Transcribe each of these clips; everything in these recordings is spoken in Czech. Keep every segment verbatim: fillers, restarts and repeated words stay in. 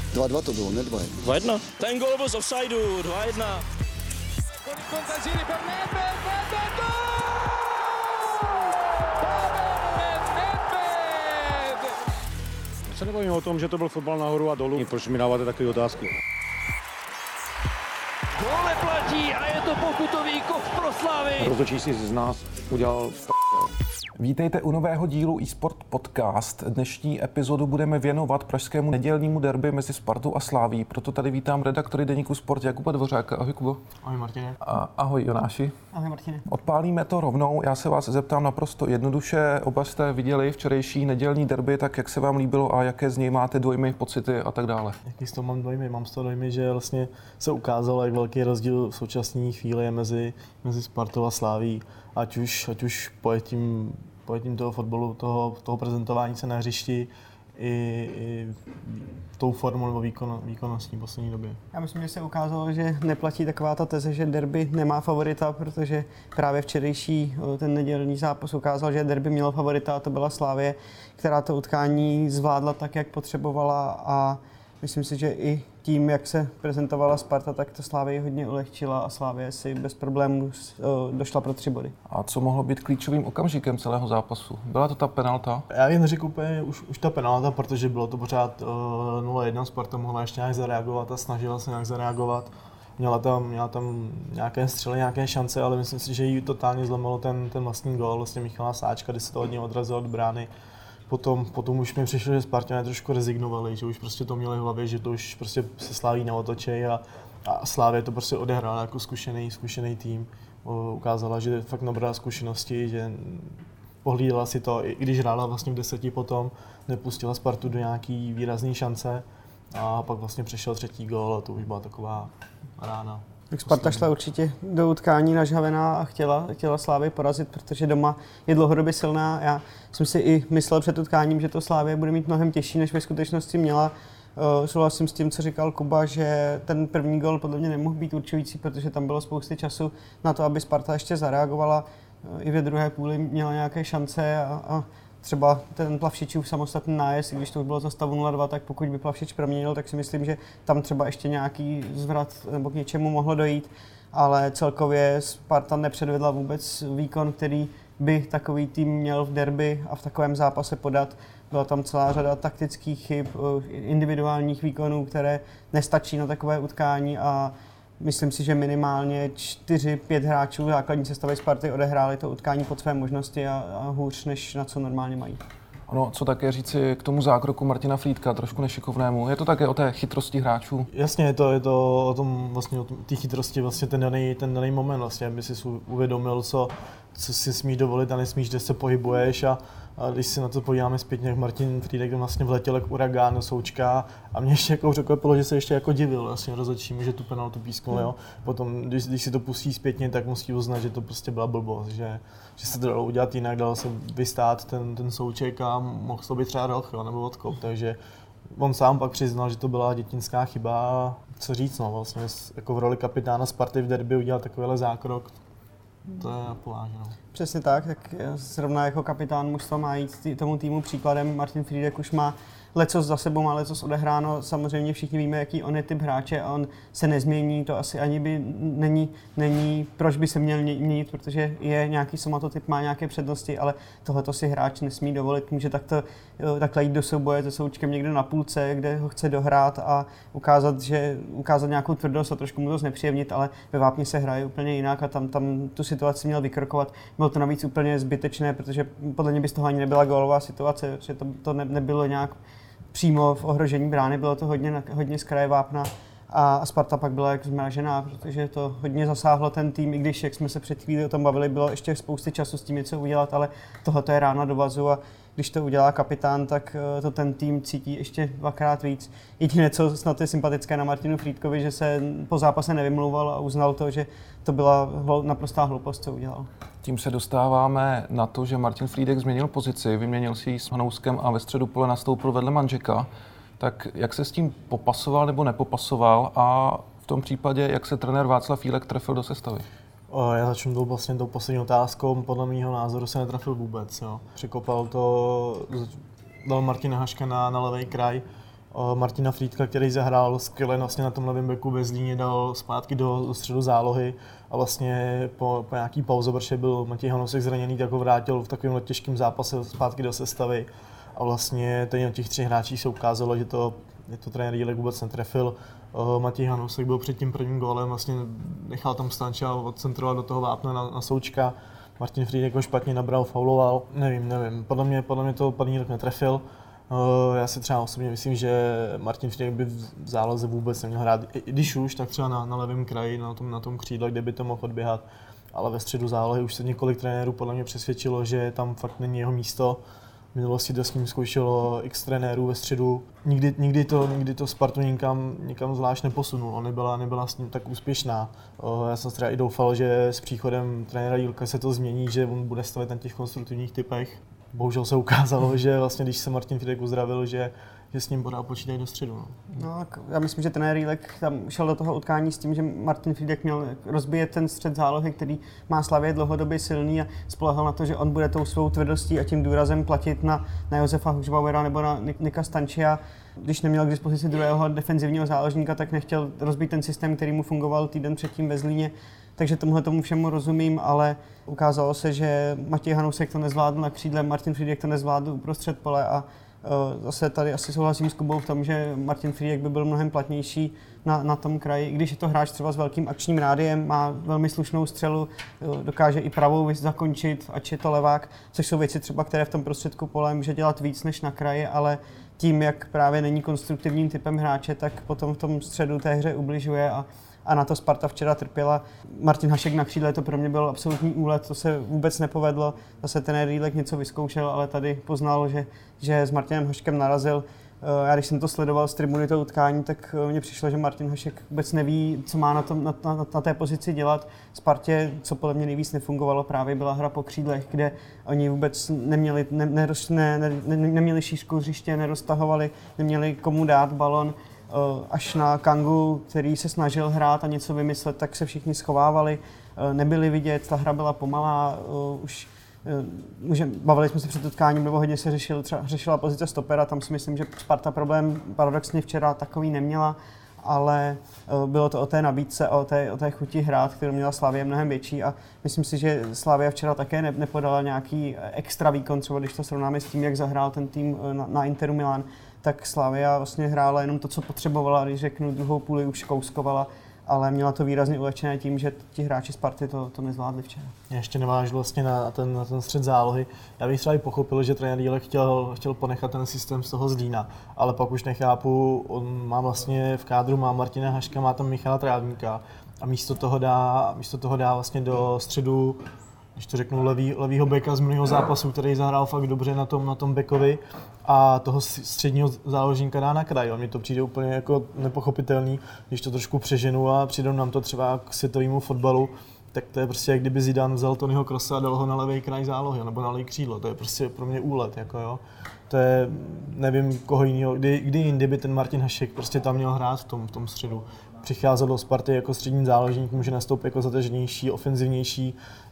dva dva to bylo, ne dva jedna. dva jedna. Ten gol byl z offsideu, dva jedna. Se nebavím o tom, že to byl fotbal nahoru a dolů. Proč mi dáváte takové otázky? Gol neplatí a je to pokutový kov pro Slavii. Rozhodčí si z nás udělal p***. Vítejte u nového dílu eSport Podcast. Dnešní epizodu budeme věnovat pražskému nedělnímu derby mezi Spartou a Slavií. Proto tady vítám redaktory deníku Sport Jakuba Dvořáka. Ahoj, Kubo. Ahoj, Martine. A ahoj, Jonáši. Ahoj, Martine. Odpálíme to rovnou. Já se vás zeptám naprosto jednoduše. Oba jste viděli včerejší nedělní derby, tak jak se vám líbilo a jaké z něj máte dojmy, pocity a tak dále? Jaký z toho mám dojmy? Mám z toho dojmy, že vlastně se ukázalo, jak velký rozdíl v současné chvíli je mezi, mezi Spartou a Slavií. Ať už, ať už pojetím, pojetím toho fotbalu, toho, toho prezentování se na hřišti, i, i tou formou nebo výkon, výkonností v poslední době. Já myslím, že se ukázalo, že neplatí taková ta teze, že derby nemá favorita, protože právě včerejší ten nedělní zápas ukázal, že derby mělo favorita a to byla Slavie, která to utkání zvládla tak, jak potřebovala a myslím si, že i tím, jak se prezentovala Sparta, tak to Slavii hodně ulehčila a Slavie si bez problémů došla pro tři body. A co mohlo být klíčovým okamžikem celého zápasu? Byla to ta penalta? Já jen řekl úplně už, už ta penalta, protože bylo to pořád uh, nula jedna, Sparta mohla ještě nějak zareagovat a snažila se nějak zareagovat. Měla tam, měla tam nějaké střely, nějaké šance, ale myslím si, že jí totálně zlomilo ten, ten vlastní gól, vlastně Michala Sáčka, kdy se to hodně odrazilo od brány. Potom, potom už mi přišlo, že Spartané trošku rezignovali, že už prostě to měli v hlavě, že to už prostě se Slaví neotočí a, a Slavie to prostě odehrála jako zkušený, zkušený tým. O, ukázala, že fakt nabrala zkušenosti, že pohlídala si to, i když hrála vlastně v deseti potom, nepustila Spartu do nějaký výrazný šance a pak vlastně přišel třetí gól a to už byla taková rána. Tak Sparta šla určitě do utkání nažhavená a chtěla, chtěla Slavii porazit, protože doma je dlouhodobě silná. Já jsem si i myslel před utkáním, že to Slavie bude mít mnohem těžší, než ve skutečnosti měla. Uh, souhlasím s tím, co říkal Kuba, že ten první gol podle mě nemohl být určující, protože tam bylo spousty času na to, aby Sparta ještě zareagovala. Uh, I ve druhé půli měla nějaké šance a, a třeba ten Plavšičův samostatný nájezd, když to už bylo za stavu nula dva, tak pokud by Plavšič proměnil, tak si myslím, že tam třeba ještě nějaký zvrat nebo k něčemu mohlo dojít, ale celkově Sparta nepředvedla vůbec výkon, který by takový tým měl v derby a v takovém zápase podat. Byla tam celá řada taktických chyb, individuálních výkonů, které nestačí na takové utkání a myslím si, že minimálně čtyři pět hráčů základní sestavy Sparty odehráli to utkání pod své možnosti a, a hůř, než na co normálně mají. Ono, co také říci k tomu zákroku Martina Frýdka, trošku nešikovnému, je to také o té chytrosti hráčů? Jasně, je to, je to o tom vlastně o té chytrosti, vlastně ten daný, ten daný moment, vlastně, aby si uvědomil, co, co si smíš dovolit a nesmíš, kde se pohybuješ a, a když si na to podíváme zpětně, jak Martin Frýdek vlastně vletěl jak uragán do Součka a mě ještě jako překvapilo, že se ještě jako divil vlastně rozhodčímu, že tu penaltu písknul, hmm. jo. Potom, když, když si to pustí zpětně, tak musí uznat, že to prostě byla blbost, že, že se to dalo udělat jinak, dalo se vystát ten, ten Souček a mohl to být třeba roh, jo, nebo odkop, takže on sám pak přiznal, že to byla dětinská chyba. Co říct, no, vlastně jako v roli kapitána Sparty v derby udělat takovýhle zákrok, to je pováženo. Přesně tak, tak zrovna jako kapitán mužstva má jít tý, tomu týmu příkladem. Martin Frýdek už má lecos za sebou, má lecos odehráno. Samozřejmě všichni víme, jaký on je typ hráče a on se nezmění, to asi ani by není, není proč by se měl měnit, protože je nějaký somatotyp, má nějaké přednosti, ale tohleto si hráč nesmí dovolit. Může takto, takhle jít do souboje se Součkem někde na půlce, kde ho chce dohrát a ukázat, že, ukázat nějakou tvrdost a trošku mu to znepříjemnit, ale ve Vápně se hraje úplně jinak a tam, tam tu situaci měl vykrokovat. Bylo to navíc úplně zbytečné, protože podle mě by z toho ani nebyla gólová situace, že to, to ne, nebylo nějak přímo v ohrožení brány, bylo to hodně, hodně z kraje Vápna a Sparta pak byla jak zmražená, protože to hodně zasáhlo ten tým, i když, jak jsme se před chvíli o tom bavili, bylo ještě spousty času s tím něco udělat, ale tohle je rána do vazu a když to udělá kapitán, tak to ten tým cítí ještě dvakrát víc. Jediné, co snad je sympatické na Martinu Frýdkovi, že se po zápase nevymlouval a uznal to, že to byla naprostá hloupost, co udělal. Tím se dostáváme na to, že Martin Frýdek změnil pozici, vyměnil si ji s Hanouskem a ve středu pole nastoupil vedle Mandžeka. Tak jak se s tím popasoval nebo nepopasoval a v tom případě, jak se trenér Václav Jílek trefil do sestavy? O, já začnu tou, vlastně tou poslední otázkou. Podle mého názoru se netrafil vůbec. Jo. Překopal to, dal Martina Haška na, na levý kraj. Martina Frýdka, který zahrál skvěle vlastně na tom levém beku ve Zlíně, dal zpátky do, do středu zálohy a vlastně po, po nějaký pauze, protože byl Matěj Hanousek zraněný, tak ho vrátil v takovém těžkém zápase zpátky do sestavy. A vlastně tady na těch třech hráčích se ukázalo, že to, že to trenér Jílek vůbec netrefil. Uh, Matěj Hanousek byl před tím prvním gólem, vlastně nechal tam Stanča odcentrovat do toho vápna na, na Součka. Martin Frýdek ho špatně nabral, fauloval. Nevím, nevím, podle mě, podle mě to pan Jílek netrefil. Uh, já si třeba osobně myslím, že Martin Frýdek by v záloze vůbec neměl hrát. I když už, tak třeba na, na levém kraji, na tom, na tom křídle, kde by to mohl odběhat. Ale ve středu zálohy už se několik trenérů podle mě přesvědčilo, že tam fakt není jeho místo. V minulosti to s ním zkoušelo x trenérů ve středu. Nikdy, nikdy, to, nikdy to Spartu nikam, nikam zvlášť neposunul. On nebyla, nebyla s ním tak úspěšná. Já jsem třeba i doufal, že s příchodem trenéra Jílka se to změní, že on bude stavět na těch konstruktivních typech. Bohužel se ukázalo, že vlastně, když se Martin Frýdek uzdravil, že, že s ním podá počítají do středu. No. No, já myslím, že trenér Jílek tam šel do toho utkání s tím, že Martin Frýdek měl rozbíjet ten střed zálohy, který má Slavě dlouhodobě silný a spolehal na to, že on bude tou svou tvrdostí a tím důrazem platit na, na Josefa Hušbauera nebo na Nika Stančia. Když neměl k dispozici druhého defenzivního záložníka, tak nechtěl rozbít ten systém, který mu fungoval týden předtím ve Zlíně. Takže tomuhle tomu všemu rozumím, ale ukázalo se, že Matěj Hanousek to nezvládl na křídle, Martin Frýdek to nezvládl uprostřed pole a uh, zase tady asi souhlasím s Kubou v tom, že Martin Frýdek by byl mnohem platnější na, na tom kraji, i když je to hráč třeba s velkým akčním rádiem, má velmi slušnou střelu, uh, dokáže i pravou zakončit, ač je to levák, což jsou věci třeba, které v tom prostředku pole může dělat víc než na kraji, ale tím, jak právě není konstruktivním typem hráče, tak potom v tom středu té hře ubližuje a A na to Sparta včera trpěla. Martin Hašek na křídle, to pro mě byl absolutní úlet, to se vůbec nepovedlo. Zase ten Jílek něco vyzkoušel, ale tady poznal, že, že s Martinem Haškem narazil. Já když jsem to sledoval z tribuny toho utkání, tak mně přišlo, že Martin Hašek vůbec neví, co má na, tom, na, na, na té pozici dělat. Spartě, co podle mě nejvíc nefungovalo, právě byla hra po křídlech, kde oni vůbec neměli, ne, ne, ne, ne, neměli šířku hřiště, neroztahovali, neměli komu dát balon. Až na Kangu, který se snažil hrát a něco vymyslet, tak se všichni schovávali, nebyli vidět, ta hra byla pomalá, už může, bavili jsme se před utkáním, nebo hodně se řešil, třeba, řešila pozice stopera, tam si myslím, že Sparta problém paradoxně včera takový neměla, ale bylo to o té nabídce, o té, o té chuti hrát, kterou měla Slavia mnohem větší a myslím si, že Slavia včera také ne, nepodala nějaký extra výkon, třeba když to srovnáme s tím, jak zahrál ten tým na, na Interu Milan, tak Slavia vlastně hrála jenom to, co potřebovala, když řeknu, druhou půli už kouskovala, ale měla to výrazně ulehčené tím, že ti hráči Sparty to, to nezvládli včera. Já ještě navážu vlastně na ten, na ten střed zálohy. Já bych třeba i pochopil, že trenér Jílek chtěl, chtěl ponechat ten systém z toho Zlína, ale pak už nechápu, on má vlastně v kádru, má Martina Haška, má tam Michala Trávníka a místo toho dá, místo toho dá vlastně do středu, když to řeknu, levý, levýho beka z minulého zápasu, který zahrál fakt dobře na tom, na tom bekovi a toho středního záložníka dá na kraj. Mně to přijde úplně jako nepochopitelný, když to trošku přeženu a přidám nám to třeba k světovému fotbalu, tak to je prostě, jak kdyby Zidane vzal Tonyho Kroose a dal ho na levý kraj zálohy, nebo na levý křídlo. To je prostě pro mě úlet, jako jo. To je, nevím koho jiného, kdy, kdy jindy by ten Martin Hašek prostě tam měl hrát v tom, v tom středu. Přicházel do Sparty jako střední záložník, může nastoupit jako zateženější, ofenzivnější,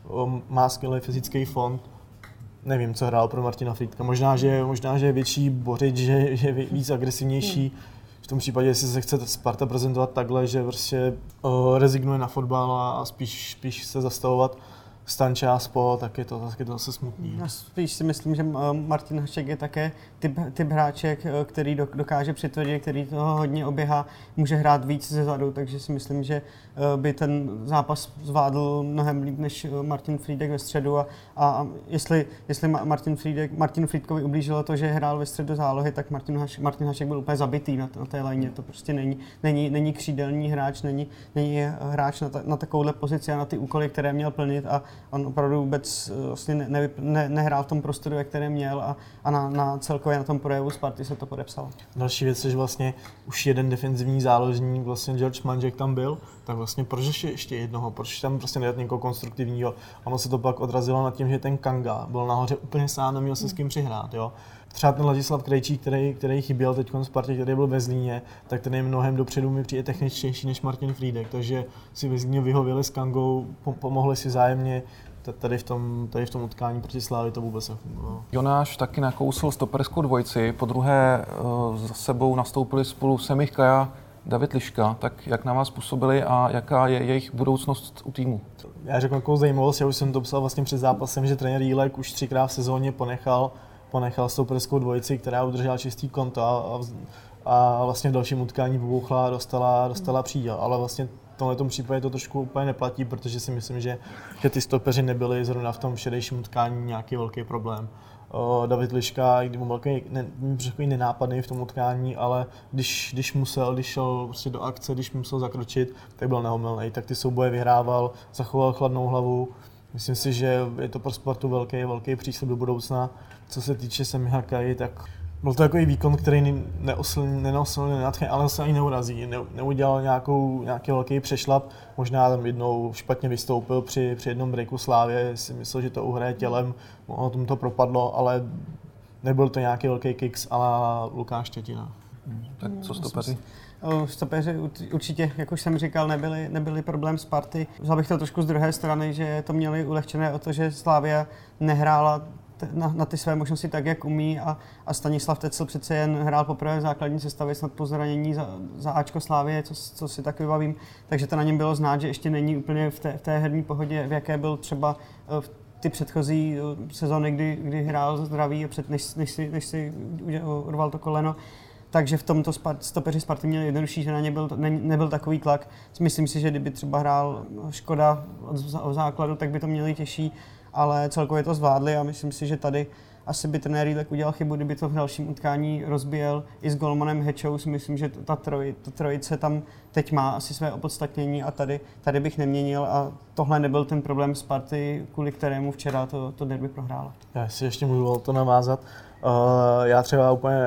má skvělý fyzický fond. Nevím, co hrál pro Martina Frýdka. Možná, že, možná, že je větší bořič, že, že je víc agresivnější. V tom případě, jestli se chce Sparta prezentovat takhle, že prostě uh, rezignuje na fotbal a spíš, spíš se zastavovat Stanča a Spo, tak je to, tak je to zase smutný. Já spíš si myslím, že Martin Hašek je také typ, typ hráček, který dokáže přitvrdit, který toho hodně oběhá, může hrát víc zezadu, takže si myslím, že by ten zápas zvládl mnohem líp než Martin Frýdek ve středu a, a jestli, jestli Martin Frýdek, Martinu Frýdkovi ublížilo to, že hrál ve středu zálohy, tak Martin Hašek, Martin Hašek byl úplně zabitý na, na té lajně, to prostě není, není, není křídelní hráč, není, není hráč na, ta, na takovouhle pozici a na ty úkoly, které měl plnit a on opravdu vůbec vlastně ne, ne, ne, nehrál v tom prostoru, jak který měl a, a na, na celkově na tom projevu Sparty se to podepsalo. Další věc je, že vlastně už jeden defenzivní záložník, vlastně George Manžek tam byl, tak vlastně proč ještě, ještě jednoho, proč tam prostě nedat někoho konstruktivního. Ono se to pak odrazilo nad tím, že ten Kanga byl nahoře úplně sám, neměl se s kým přihrát, jo. Třeba ten Ladislav Krejčík, který, který chyběl teď v Spartě, který byl ve Zlíně, tak ten je mnohem dopředu mi přijde techničtější než Martin Frýdek, takže si ve Zlíně vyhověli s Kangou, pomohli si vzájemně. tady v tom, tady v tom utkání proti Slávii to vůbec nefungovalo. Jonáš taky nakousl stoperskou dvojici, po druhé za sebou nastoupili spolu Semich Kaja, David Liška, tak jak na vás působili a jaká je jejich budoucnost u týmu? Já řeknu takovou zajímavost, já už jsem to psal vlastně před zápasem, že trenér Jílek už třikrát v sezóně ponechal, ponechal stoperskou dvojici, která udržela čistý konto a, a vlastně v dalším utkání vybouchla a dostala, dostala příděl, ale vlastně v tomto případě to trošku úplně neplatí, protože si myslím, že, že ty stopeři nebyli zrovna v tom včerejším utkání nějaký velký problém. O, David Liška, i když byl takový nenápadný v tom utkání, ale když, když musel, když šel prostě do akce, když musel zakročit, tak byl neomylný. Tak ty souboje vyhrával, zachoval chladnou hlavu. Myslím si, že je to pro Spartu velký, velký příslib do budoucna. Co se týče Semiha Kaji, tak byl to takový výkon, který neosil, nenosil, nenadchne, ale se ani neurazí. Ne, neudělal nějakou, nějaký velký přešlap. Možná tam jednou špatně vystoupil při, při jednom breaku Slávě, si myslel, že to uhraje tělem, ono tomu to propadlo, ale nebyl to nějaký velký kicks a la Lukáš Štětina. Tak co stopeři? Stopeři určitě, jak už jsem říkal, nebyli, nebyli problém Sparty. Vzal bych to trošku z druhé strany, že to měli ulehčené o to, že Slavia nehrála Na, na ty své možnosti tak, jak umí a, a Stanislav Tecl přece jen hrál poprvé v základní sestavě snad po zranění za, za Ačko Slávie, co, co si tak vybavím, takže to na něm bylo znát, že ještě není úplně v té, v té herní pohodě, v jaké byl třeba v ty předchozí sezóny, kdy, kdy hrál zdravý a před, než, než, si, než si urval to koleno. Takže v tomto stopeři Sparty měli jednodušší, že na ně byl, ne, nebyl takový tlak. Myslím si, že kdyby třeba hrál Škoda od základu, tak by to měli těžší, ale celkově to zvládli a myslím si, že tady asi by trenér tak udělal chybu, kdyby to v dalším utkání rozbíjel i s golmanem Hečou. Si myslím, že ta, troj, ta trojice tam teď má asi své opodstatnění a tady, tady bych neměnil a tohle nebyl ten problém Sparty, kvůli kterému včera to, to derby prohrála. Já si ještě můžu o to navázat. Uh, já třeba úplně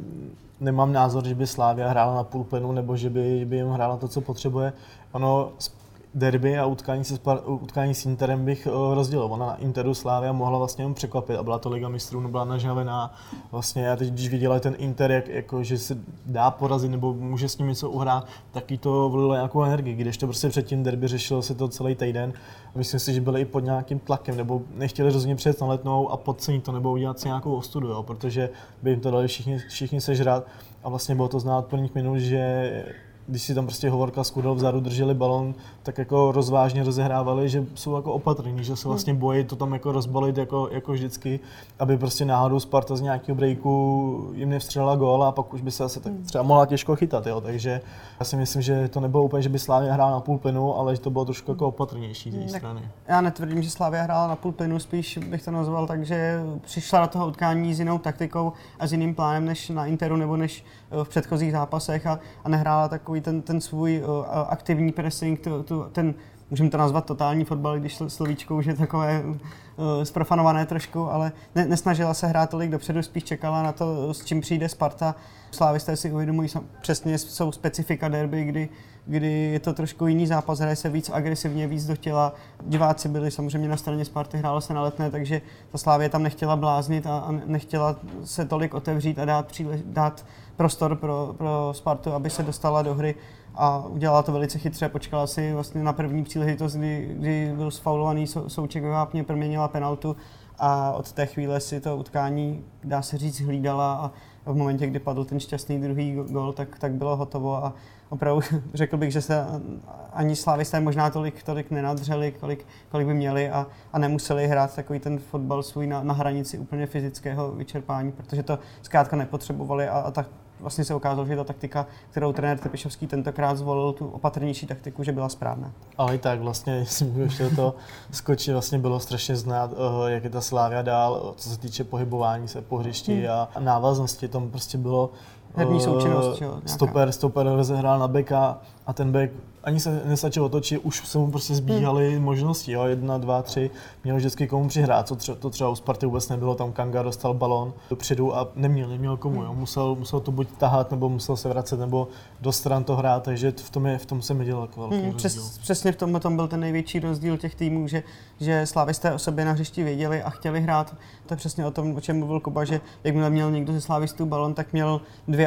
nemám názor, že by Slavia hrála na půl plynu nebo že by, by jim hrála to, co potřebuje. Ono derby a utkání, se, utkání s Interem bych rozdělil. Ona na Interu Slavia mohla vlastně jen překvapit a byla to Liga mistrů, nebyla nažavená. Vlastně já teď, když viděla ten Inter, jak, jako, že se dá porazit nebo může s ním něco uhrát, tak jí to volilo nějakou energii. Když to prostě před tím derby řešilo se to celý týden. Myslím si, že byli i pod nějakým tlakem nebo nechtěli rozhodně přijet na Letnou a podcenit to nebo udělat si nějakou ostudu, jo, protože by jim to dali všichni, všichni sežrat. A vlastně bylo to znát od prvních minut, že když si tam prostě Hovorka s Kudel vzadu drželi balon, tak jako rozvážně rozehrávali, že jsou jako opatrní, že se vlastně bojí to tam jako rozbalit jako, jako vždycky, aby prostě náhodou Sparta z nějakého breaku jim nevstřelila gól a pak už by se asi tak třeba mohla těžko chytat, jo. Takže já si myslím, že to nebylo úplně, že by Slavia hrála na půl plynu, ale že to bylo trošku jako opatrnější z její strany. Já netvrdím, že Slavia hrála na půl plynu, spíš bych to nazval tak, že přišla do toho utkání s jinou taktikou a s jiným plánem než na Interu nebo než v předchozích zápasech a, a nehrála takový ten, ten svůj uh, aktivní pressing, tu, tu, ten, můžeme to nazvat totální fotbal, když slovíčko už je takové uh, zprofanované trošku, ale ne, nesnažila se hrát tolik dopředu, spíš čekala na to, s čím přijde Sparta. Slávisté si uvědomují, přesně jsou specifika derby, kdy, kdy je to trošku jiný zápas, hraje se víc agresivně, víc do těla. Diváci byli samozřejmě na straně Sparty, hrálo se na Letné, takže ta Slavia tam nechtěla bláznit a, a nechtěla se tolik otevřít a dát, přílež, dát prostor pro, pro Spartu, aby se dostala do hry a udělala to velice chytře. Počkala si vlastně na první příležitost, kdy, kdy byl sfaulovaný sou, Souček Vápně, proměnila penaltu a od té chvíle si to utkání, dá se říct, hlídala a v momentě, kdy padl ten šťastný druhý gól, tak, tak bylo hotovo a opravdu řekl bych, že se ani slávisté možná tolik, tolik nenadřeli, kolik, kolik by měli a, a nemuseli hrát takový ten fotbal svůj na, na hranici úplně fyzického vyčerpání, protože to zkrátka nepotřebovali a, a tak vlastně se ukázalo, že ta taktika, kterou trenér Trpišovský tentokrát zvolil, tu opatrnější taktiku, že byla správná. Ale i tak vlastně, jestli můžu ještě to skočit, vlastně bylo strašně znát, jak je ta Slavia dál, co se týče pohybování se po hřišti hmm. a návaznosti, tam prostě bylo herní součinnost, jo, stoper, stoper rozehrál na beka a ten bek ani se nestačil otočit, už se mu prostě zbíhaly hmm. možnosti, jo, jedna, dva, tři, měl vždycky komu přihrát, co tře- to třeba u Sparty vůbec nebylo, tam Kanga dostal balón dopředu a neměl, neměl komu, jo, musel, musel to buď tahat, nebo musel se vracet, nebo do stran to hrát, takže v tom, je, v tom se mi dělal velký hmm, rozdíl. Přes, přesně v tom, tom byl ten největší rozdíl těch týmů, že, že slavisté o sobě na hřišti věděli a chtěli hrát, to je přesně o tom, o čem mluvil Kuba, že jakmile měl někdo ze slávistů balón, tak měl dvě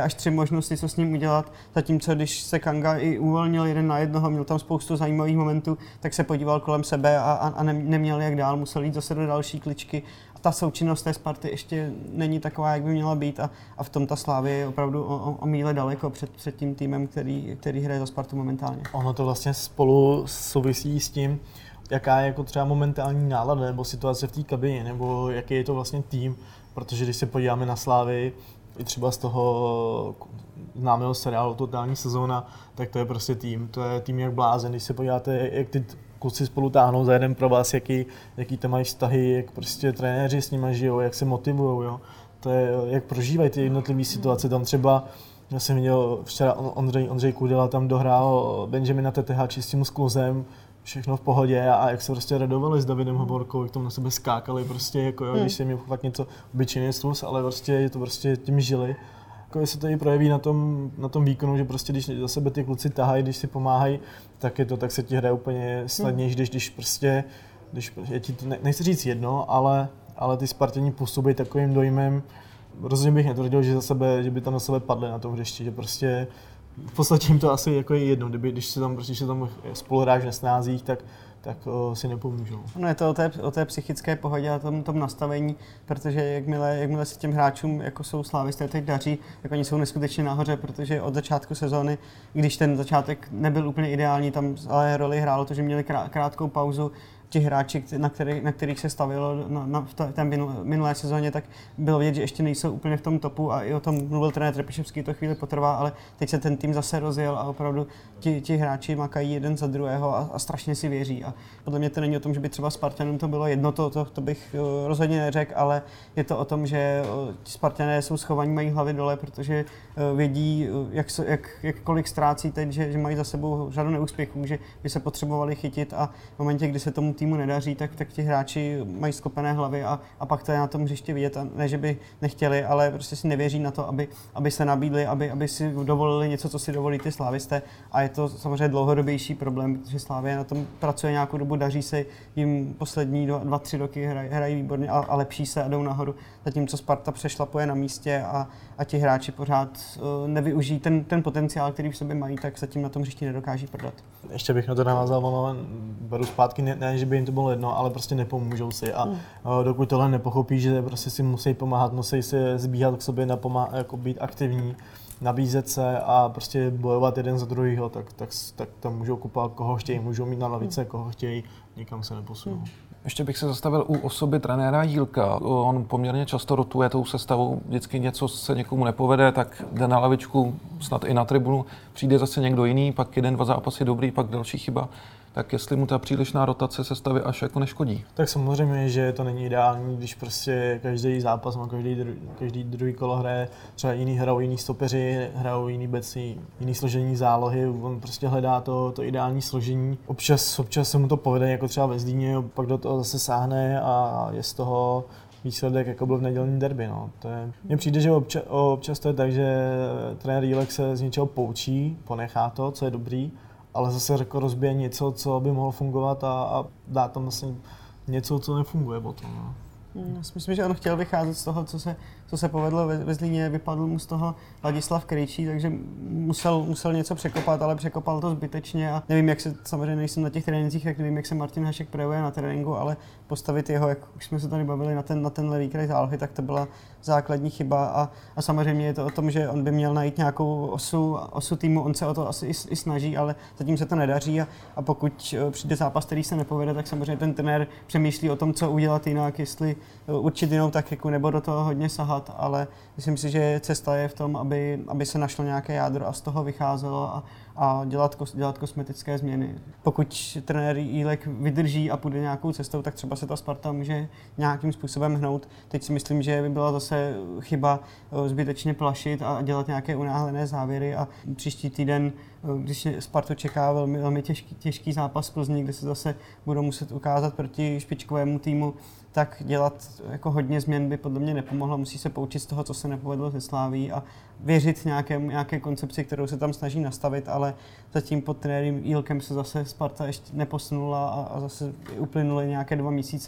dvě až tři možnosti, co s ním udělat, zatímco když se Kanga i uvolnil jeden na jednoho, měl tam spoustu zajímavých momentů, tak se podíval kolem sebe a, a, a neměl jak dál, musel jít zase do další kličky. A ta součinnost té Sparty ještě není taková, jak by měla být a, a v tom ta Slavie je opravdu o, o, o míle daleko před, před tím týmem, který, který hraje za Spartu momentálně. Ono to vlastně spolu souvisí s tím, jaká je jako třeba momentální nálada nebo situace v té kabině, nebo jaký je to vlastně tým, protože když se podíváme na Slavii, i třeba z toho známého seriálu Totální sezóna, tak to je prostě tým, to je tým jak blázen, když se podíváte, jak ty kluci spolu táhnou za jeden pro vás, jaký, jaký tam mají vztahy, jak prostě trenéři s nimi žijou, jak se motivujou, jo. To je, jak prožívají ty jednotlivé situace, tam třeba já jsem viděl včera Ondřej, Ondřej Kudela tam dohrál Benjamina Teteha čistým skluzem, všechno v pohodě a jak se prostě radovali s Davidem Hovorkou, jak tam na sebe skákali prostě, jako jo, když se jim fakt něco obyčejný skluz, ale prostě je to prostě tím žili. Jako se to i projeví na tom, na tom výkonu, že prostě když za sebe ty kluci tahají, když si pomáhají, tak je to, tak se ti hraje úplně snadnější, když, když prostě, když je ti to, nechci říct jedno, ale, ale ty Spartěni působí takovým dojmem. Rozhodně bych netvrdil, že za sebe, že by tam na sebe padli na tom hřišti, že prostě v podstatě jim to asi jako je jedno, kdyby, když se tam, prostě, se tam spoluhráč na snázích, tak, tak o, si nepomůžou. No je to o té, o té psychické pohodě a tom, tom nastavení, protože jakmile, jakmile se těm hráčům, jako jsou slávisté, teď daří, tak oni jsou neskutečně nahoře, protože od začátku sezóny, když ten začátek nebyl úplně ideální, tam ale roli hrálo to, že měli krátkou pauzu, ti hráči, na, který, na kterých se stavilo na, na, v té minulé sezóně, tak bylo vidět, že ještě nejsou úplně v tom topu a i o tom mluvil trenér Trpišovský, to chvíli potrvá, ale teď se ten tým zase rozjel a opravdu ti, ti hráči makají jeden za druhého a, a strašně si věří. A podle mě to není o tom, že by třeba Spartanům to bylo jedno, to, to, to bych rozhodně neřekl, ale je to o tom, že ti Spartané jsou schovaní, mají hlavy dole, protože vědí, jak, jak, jak kolik ztrácí teď, že, že mají za sebou řadu neúspěchů, že by se potřebovali chytit a v momentě, kdy se tomu týmu nedaří, tak, tak ti hráči mají sklopené hlavy a, a pak to je na tom hřišti vidět. A ne, že by nechtěli, ale prostě si nevěří na to, aby, aby se nabídli, aby, aby si dovolili něco, co si dovolí ty slávisté. A je to samozřejmě dlouhodobější problém, protože Slavie na tom pracuje nějakou dobu, daří se jim poslední dva, dva tři roky, hrají, hrají výborně a, a lepší se a jdou nahoru. Zatímco Sparta přešlapuje na místě a, a ti hráči pořád uh, nevyužijí ten, ten potenciál, který v sobě mají, tak zatím na tom hřišti nedokáží prodat. Ještě bych na to navázal, ale beru zpátky, ne, ne, že by jim to bylo jedno, ale prostě nepomůžou si a mm. dokud tohle nepochopí, že prostě si musí pomáhat, musí se zbíhat k sobě, napomáhat, jako být aktivní, nabízet se a prostě bojovat jeden za druhýho, tak, tak, tak tam můžou kupovat koho chtějí, můžou mít na lavice koho chtějí, nikam se neposunou. Mm. Ještě bych se zastavil u osoby trenéra Jílka. On poměrně často rotuje tou sestavou, vždycky něco se někomu nepovede, tak jde na lavičku, snad i na tribunu, přijde zase někdo jiný, pak jeden, dva zápasy dobrý, pak další chyba. Tak jestli mu ta přílišná rotace sestavy až jako neškodí? Tak samozřejmě, že to není ideální, když prostě každý zápas má každý, dru, každý druhý kolo hraje, třeba jiný hrajou, jiný stopeři, hrajou jiný beci, jiný složení zálohy, on prostě hledá to, to ideální složení. Občas, občas se mu to povede, jako třeba ve Zlíně, pak do toho zase sáhne a je z toho výsledek, jako byl v nedělním derby. No. To je, mně přijde, že občas, občas to je tak, že trenér Jílek se z něčeho poučí, ponechá to, co je dobrý, ale zase jako rozbije něco, co by mohlo fungovat a, a dá tam vlastně něco, co nefunguje potom. No. Já si myslím, že on chtěl vycházet z toho, co se, co se povedlo ve, ve Zlíně, vypadl mu z toho Ladislav Krejčí, takže musel, musel něco překopat, ale překopal to zbytečně a nevím, jak se, samozřejmě nejsem na těch trénincích, tak nevím, jak se Martin Hašek projevuje na tréninku, ale postavit jeho, jak už jsme se tady bavili, na ten, na ten levý kraj zálohy, tak to byla základní chyba a, a samozřejmě je to o tom, že on by měl najít nějakou osu, osu týmu, on se o to asi i, i snaží, ale zatím se to nedaří a, a pokud přijde zápas, který se nepovede, tak samozřejmě ten trenér přemýšlí o tom, co udělat jinak, jestli určit jinou taktiku nebo do toho hodně sahat, ale myslím si, že cesta je v tom, aby, aby se našlo nějaké jádro a z toho vycházelo a, a dělat, dělat kosmetické změny. Pokud trenér Jílek vydrží a půjde nějakou cestou, tak třeba se ta Sparta může nějakým způsobem hnout. Teď si myslím, že by byla zase chyba zbytečně plašit a dělat nějaké unáhlené závěry a příští týden, když Spartu čeká velmi, velmi těžký, těžký zápas v Plzni, kde se zase budou muset ukázat proti špičkovému týmu, tak dělat jako hodně změn by podle mě nepomohlo. Musí se poučit z toho, co se nepovedlo ze Slaví a věřit nějaké, nějaké koncepci, kterou se tam snaží nastavit, ale zatím pod trenérem Jílkem se zase Sparta ještě neposunula a, a zase uplynuly nějaké dva měsíce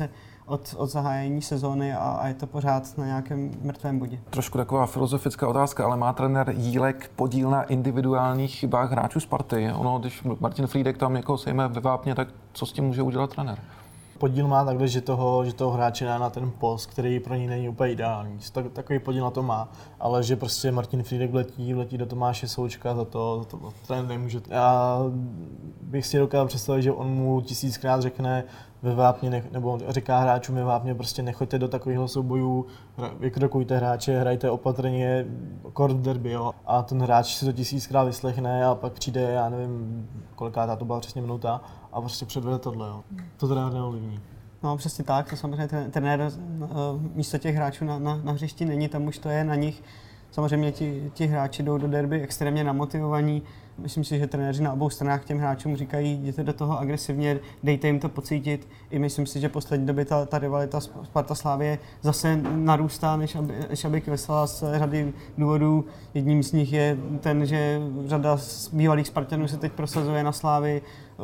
od, od zahájení sezóny a, a je to pořád na nějakém mrtvém bodě. Trošku taková filozofická otázka, ale má trenér Jílek podíl na individuálních chybách hráčů Sparty? Ono, když Martin Frýdek tam někoho sejme ve vápně, tak co s tím může udělat trenér? Podíl má takhle, že toho, že toho hráče dá na ten post, který pro ní není úplně ideální. Tak, takový podíl na to má, ale že prostě Martin Frýdek vletí, vletí do Tomáše Součka, za to, za to trenér nemůže. Já bych si dokázal představit, že on mu tisíckrát řekne ve vápně, ne, nebo říká hráčům ve vápně, prostě nechoďte do takového soubojů, vykrokujte hráče, hrajte opatrně, kort v derby, jo. A ten hráč si to tisíckrát vyslechne a pak přijde, já nevím, kolikátá to byla přesně minuta, a prostě předvede tohle, jo. To teda neovlivní. No přesně tak, to samozřejmě trenér místo těch hráčů na, na, na hřišti není, tam už to je na nich. Samozřejmě ti, ti hráči jdou do derby extrémně namotivovaní. Myslím si, že trenéři na obou stranách těm hráčům říkají, jděte do toho agresivně, dejte jim to pocítit. I myslím si, že poslední době ta, ta rivalita Sparta Slavie zase narůstá, než aby, než aby klesala z řady důvodů. Jedním z nich je ten, že řada bývalých Spartanů se teď prosazuje na Slávii.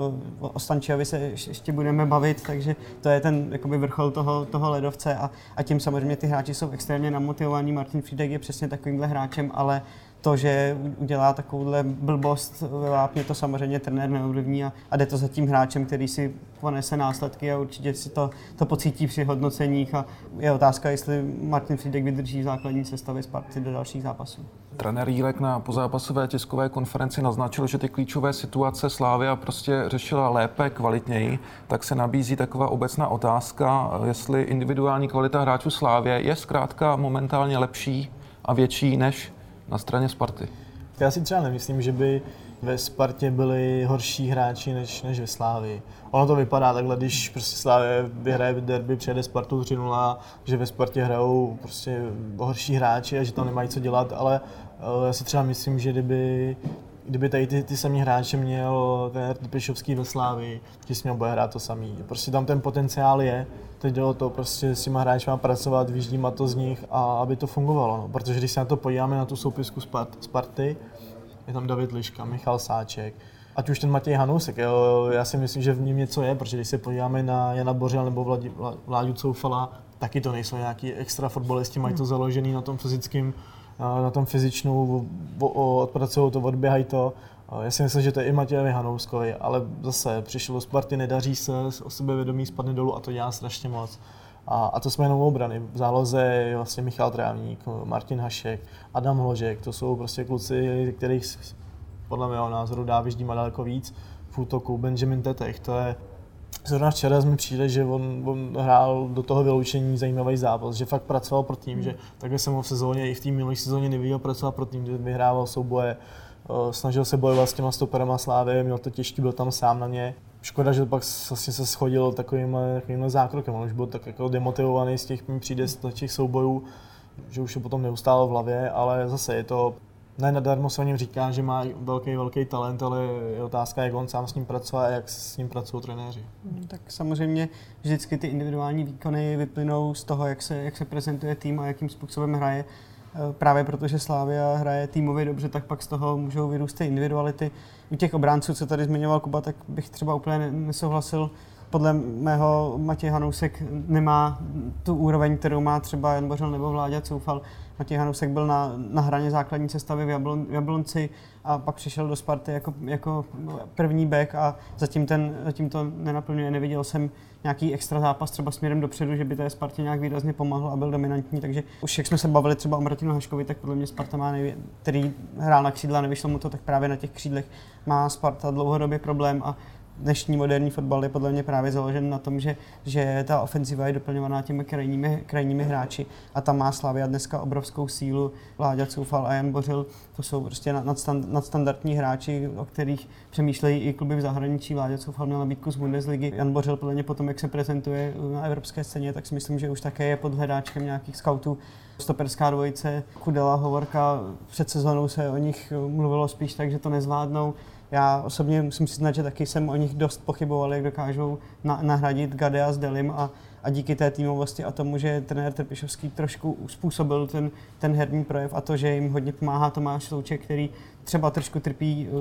O Stančiovi se ještě budeme bavit, takže to je ten jakoby vrchol toho, toho ledovce a, a tím samozřejmě ty hráči jsou extrémně namotivovaní. Martin Frýdek je přesně takovýmhle hráčem, ale to, že udělá takovouhle blbost ve vápně, to samozřejmě trenér neovlivní a, a jde to za tím hráčem, který si ponese následky a určitě si to, to pocítí při hodnoceních a je otázka, jestli Martin Frýdek vydrží základní sestavy Sparty do dalších zápasů. Trenér Jílek na pozápasové tiskové konferenci naznačil, že ty klíčové situace Slavia prostě řešila lépe, kvalitněji, tak se nabízí taková obecná otázka, jestli individuální kvalita hráčů Slavie je zkrátka momentálně lepší a větší než na straně Sparty. Já si třeba nemyslím, že by ve Spartě byli horší hráči než, než ve Slávii. Ono to vypadá takhle, když prostě Slavie vyhraje derby, přijede Spartu tři nula, že ve Spartě hrajou prostě horší hráči a že tam nemají co dělat, ale uh, já si třeba myslím, že kdyby Kdyby tady ty, ty samý hráče měl ten Trpišovský ve Slávii, že si měl bude hrát to samý. Prostě tam ten potenciál je, teď jde o to prostě s těma hráči má pracovat, vyždímat to z nich a aby to fungovalo. No. Protože když se na to podíváme na tu soupisku Spart, Sparty, je tam David Liška, Michal Sáček, ať už ten Matěj Hanousek, jo, já si myslím, že v něm něco je, protože když se podíváme na Jana Bořila nebo Vladi, Vláďu Coufala, taky to nejsou nějaký extra fotbalisti, mají to založený na tom fyzickém, na tom fyzičnou, odpracují to, odběhají to. Já si myslím, že to je i Matějovi Hanouskovi, ale zase přišel do Sparty, nedaří se, o sebevědomí spadne dolů a to dělá strašně moc. A, a to jsme jenom obrany. V záloze je vlastně Michal Trávník, Martin Hašek, Adam Hložek, to jsou prostě kluci, kterých podle mého názoru dá vyždímat daleko víc. V útoku Benjamin Tetech, to je zrovna včera mi přijde, že on, on hrál do toho vyloučení zajímavý zápas, že fakt pracoval pro tým, že takhle jsem ho v sezóně i v té minulé sezóně neviděl pracovat pro tým, že vyhrával souboje, snažil se bojovat s těma stoperama Slávy, měl to těžký, byl tam sám na ně. Škoda, že pak vlastně se schodil takovýmhle, takovýmhle zákrokem, on už byl tak jako demotivovaný z těch, mi přijde z těch soubojů, že už je potom neustálo v hlavě, ale zase je to ne nadarmo se o něm říká, že má velký, velký talent, ale je otázka, jak on sám s ním pracuje a jak s ním pracují trenéři. Tak samozřejmě vždycky ty individuální výkony vyplynou z toho, jak se, jak se prezentuje tým a jakým způsobem hraje. Právě protože Slavia hraje týmově dobře, tak pak z toho můžou vyrůstat individuality. U těch obránců, co tady zmiňoval Kuba, tak bych třeba úplně nesouhlasil. Podle mého Matěj Hanousek nemá tu úroveň, kterou má třeba Jan Bořil nebo Vláďa Coufal. Matěj Hanousek byl na, na hraně základní sestavy v, Jablon, v Jablonci a pak přišel do Sparty jako, jako první back a zatím, ten, zatím to nenaplňuje. Neviděl jsem nějaký extra zápas třeba směrem dopředu, že by té Spartě nějak výrazně pomohl a byl dominantní, takže už jak jsme se bavili třeba o Martinu Haškovi, tak podle mě Sparta má, nejvě, který hrál na křídle a nevyšlo mu to, tak právě na těch křídlech má Sparta dlouhodobě problém a dnešní moderní fotbal je podle mě právě založen na tom, že, že ta ofenziva je doplňovaná těmi krajními, krajními hráči a tam má Slavia dneska obrovskou sílu. Vláďa Coufal a Jan Bořil, to jsou prostě nadstand, nadstandardní hráči, o kterých přemýšlejí i kluby v zahraničí. Vláďa Coufal měl nabídku z Bundesligy. Jan Bořil podle mě potom, jak se prezentuje na evropské scéně, tak si myslím, že už také je pod hledáčkem nějakých scoutů. Stoperská dvojice, Kudela, Hovorka, před sezónou se o nich mluvilo spíš tak, že to nezvládnou. Já osobně musím si znát, že taky jsem o nich dost pochyboval, jak dokážou na, nahradit Gadea s Delim a, a díky té týmovosti a tomu, že trenér Trpišovský trošku způsobil ten, ten herní projev a to, že jim hodně pomáhá Tomáš Souček, který třeba trošku trpí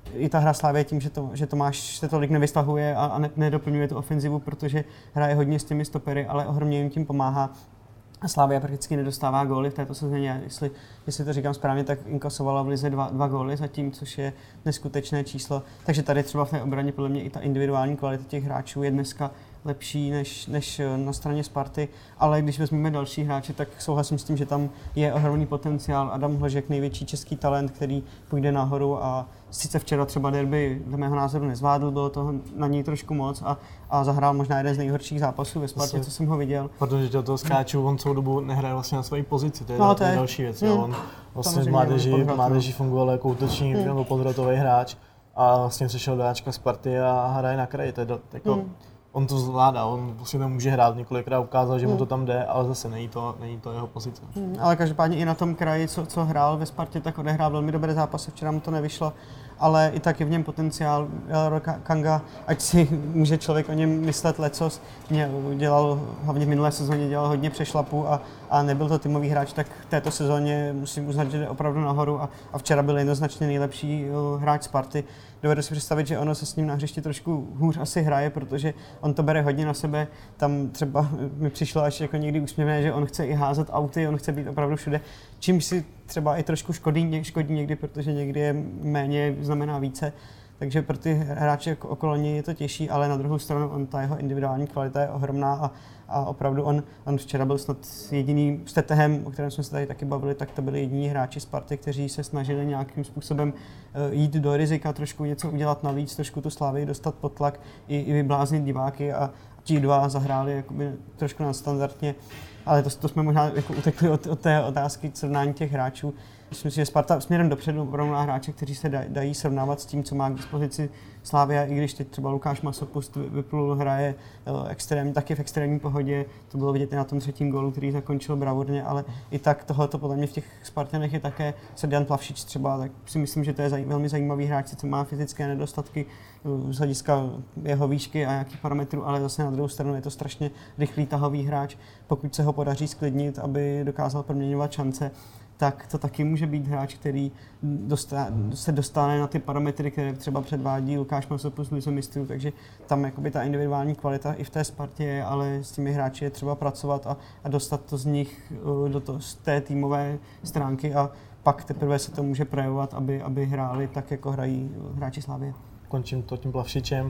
i ta hra Slavie tím, že, to, že Tomáš se tolik nevystahuje a, a ne, nedoplňuje tu ofenzivu, protože hraje hodně s těmi stopery, ale ohromně jim tím pomáhá. A Slavia prakticky nedostává góly v této sezóně. Jestli, jestli to říkám správně, tak inkasovala v lize dva, dva góly zatím, což je neskutečné číslo. Takže tady třeba v té obraně podle mě i ta individuální kvalita těch hráčů je dneska lepší než, než na straně Sparty, ale když vezmeme další hráče, tak souhlasím s tím, že tam je ohromný potenciál. Adam Hložek, největší český talent, který půjde nahoru a sice včera třeba derby dle mého názoru nezvládl, bylo toho na něj trošku moc a, a zahrál možná jeden z nejhorších zápasů ve Spartě, co jsem ho viděl. Protože do toho skáču, on celou dobu nehraje vlastně na své pozici, to je, no, to je další věc. Hmm. On vlastně v mládeži, mládeži fungoval jako útočník hmm. nebo podhrotový hráč a vlastně přešel do Ačka Sparty a hraje na kraji. To je do, jako, hmm. On to zvládá, on prostě tam může hrát, několikrát ukázal, že mu to tam jde, ale zase není to, není to jeho pozice. Hmm, ale každopádně i na tom kraji, co, co hrál ve Spartě, tak odehrál velmi dobré zápasy, včera mu to nevyšlo, ale i tak je v něm potenciál. Elro Kanga, ať si může člověk o něm myslet lecos, mě dělal, hlavně v minulé sezóně dělal hodně přešlapů a, a nebyl to týmový hráč, tak v této sezóně musím uznat, že jde opravdu nahoru a, a včera byl jednoznačně nejlepší hráč Sparty. Dovedu si představit, že ono se s ním na hřišti trošku hůř asi hraje, protože on to bere hodně na sebe. Tam třeba mi přišlo až jako někdy úsměvné, že on chce i házet auty, on chce být opravdu všude, čímž si třeba i trošku škodí, škodí někdy, protože někdy je méně znamená více. Takže pro ty hráče okolo něj je to těžší, ale na druhou stranu on, ta jeho individuální kvalita je ohromná a, a opravdu on, on včera byl snad jediný s Tetehem, o kterém jsme se tady taky bavili, tak to byli jediní hráči Sparty, kteří se snažili nějakým způsobem jít do rizika, trošku něco udělat navíc, trošku tu Slavii dostat pod tlak, i, i vybláznit diváky a ti dva zahráli jakoby trošku nadstandardně. Ale to, to jsme možná jako utekli od, od té otázky srovnání těch hráčů. Myslím si, že Sparta směrem dopředu opravdu hráče, kteří se dají, dají srovnávat s tím, co má k dispozici Slavia, i když teď třeba Lukáš Masopust vyplul, hraje extrém, taky v extrémní pohodě, to bylo vidět i na tom třetím gólu, který zakončil bravurně, ale i tak tohoto podle mě v těch Spartanech je také Serdian Plavšič třeba, tak si myslím, že to je zaj, velmi zajímavý hráč, sice má fyzické nedostatky z hlediska jeho výšky a nějakých parametrů, ale zase na druhou stranu je to strašně rychlý tahový hráč, pokud se ho podaří sklidnit, aby dokázal proměňovat šance, tak to taky může být hráč, který dostá, se dostane na ty parametry, které třeba předvádí Lukáš Masopust v lize mistrů, takže tam jakoby ta individuální kvalita i v té Spartě je, ale s těmi hráči je třeba pracovat a, a dostat to z nich do to, z té týmové stránky a pak teprve se to může projevovat, aby, aby hráli tak, jako hrají hráči Slavie. Končím to tím Plavšičem.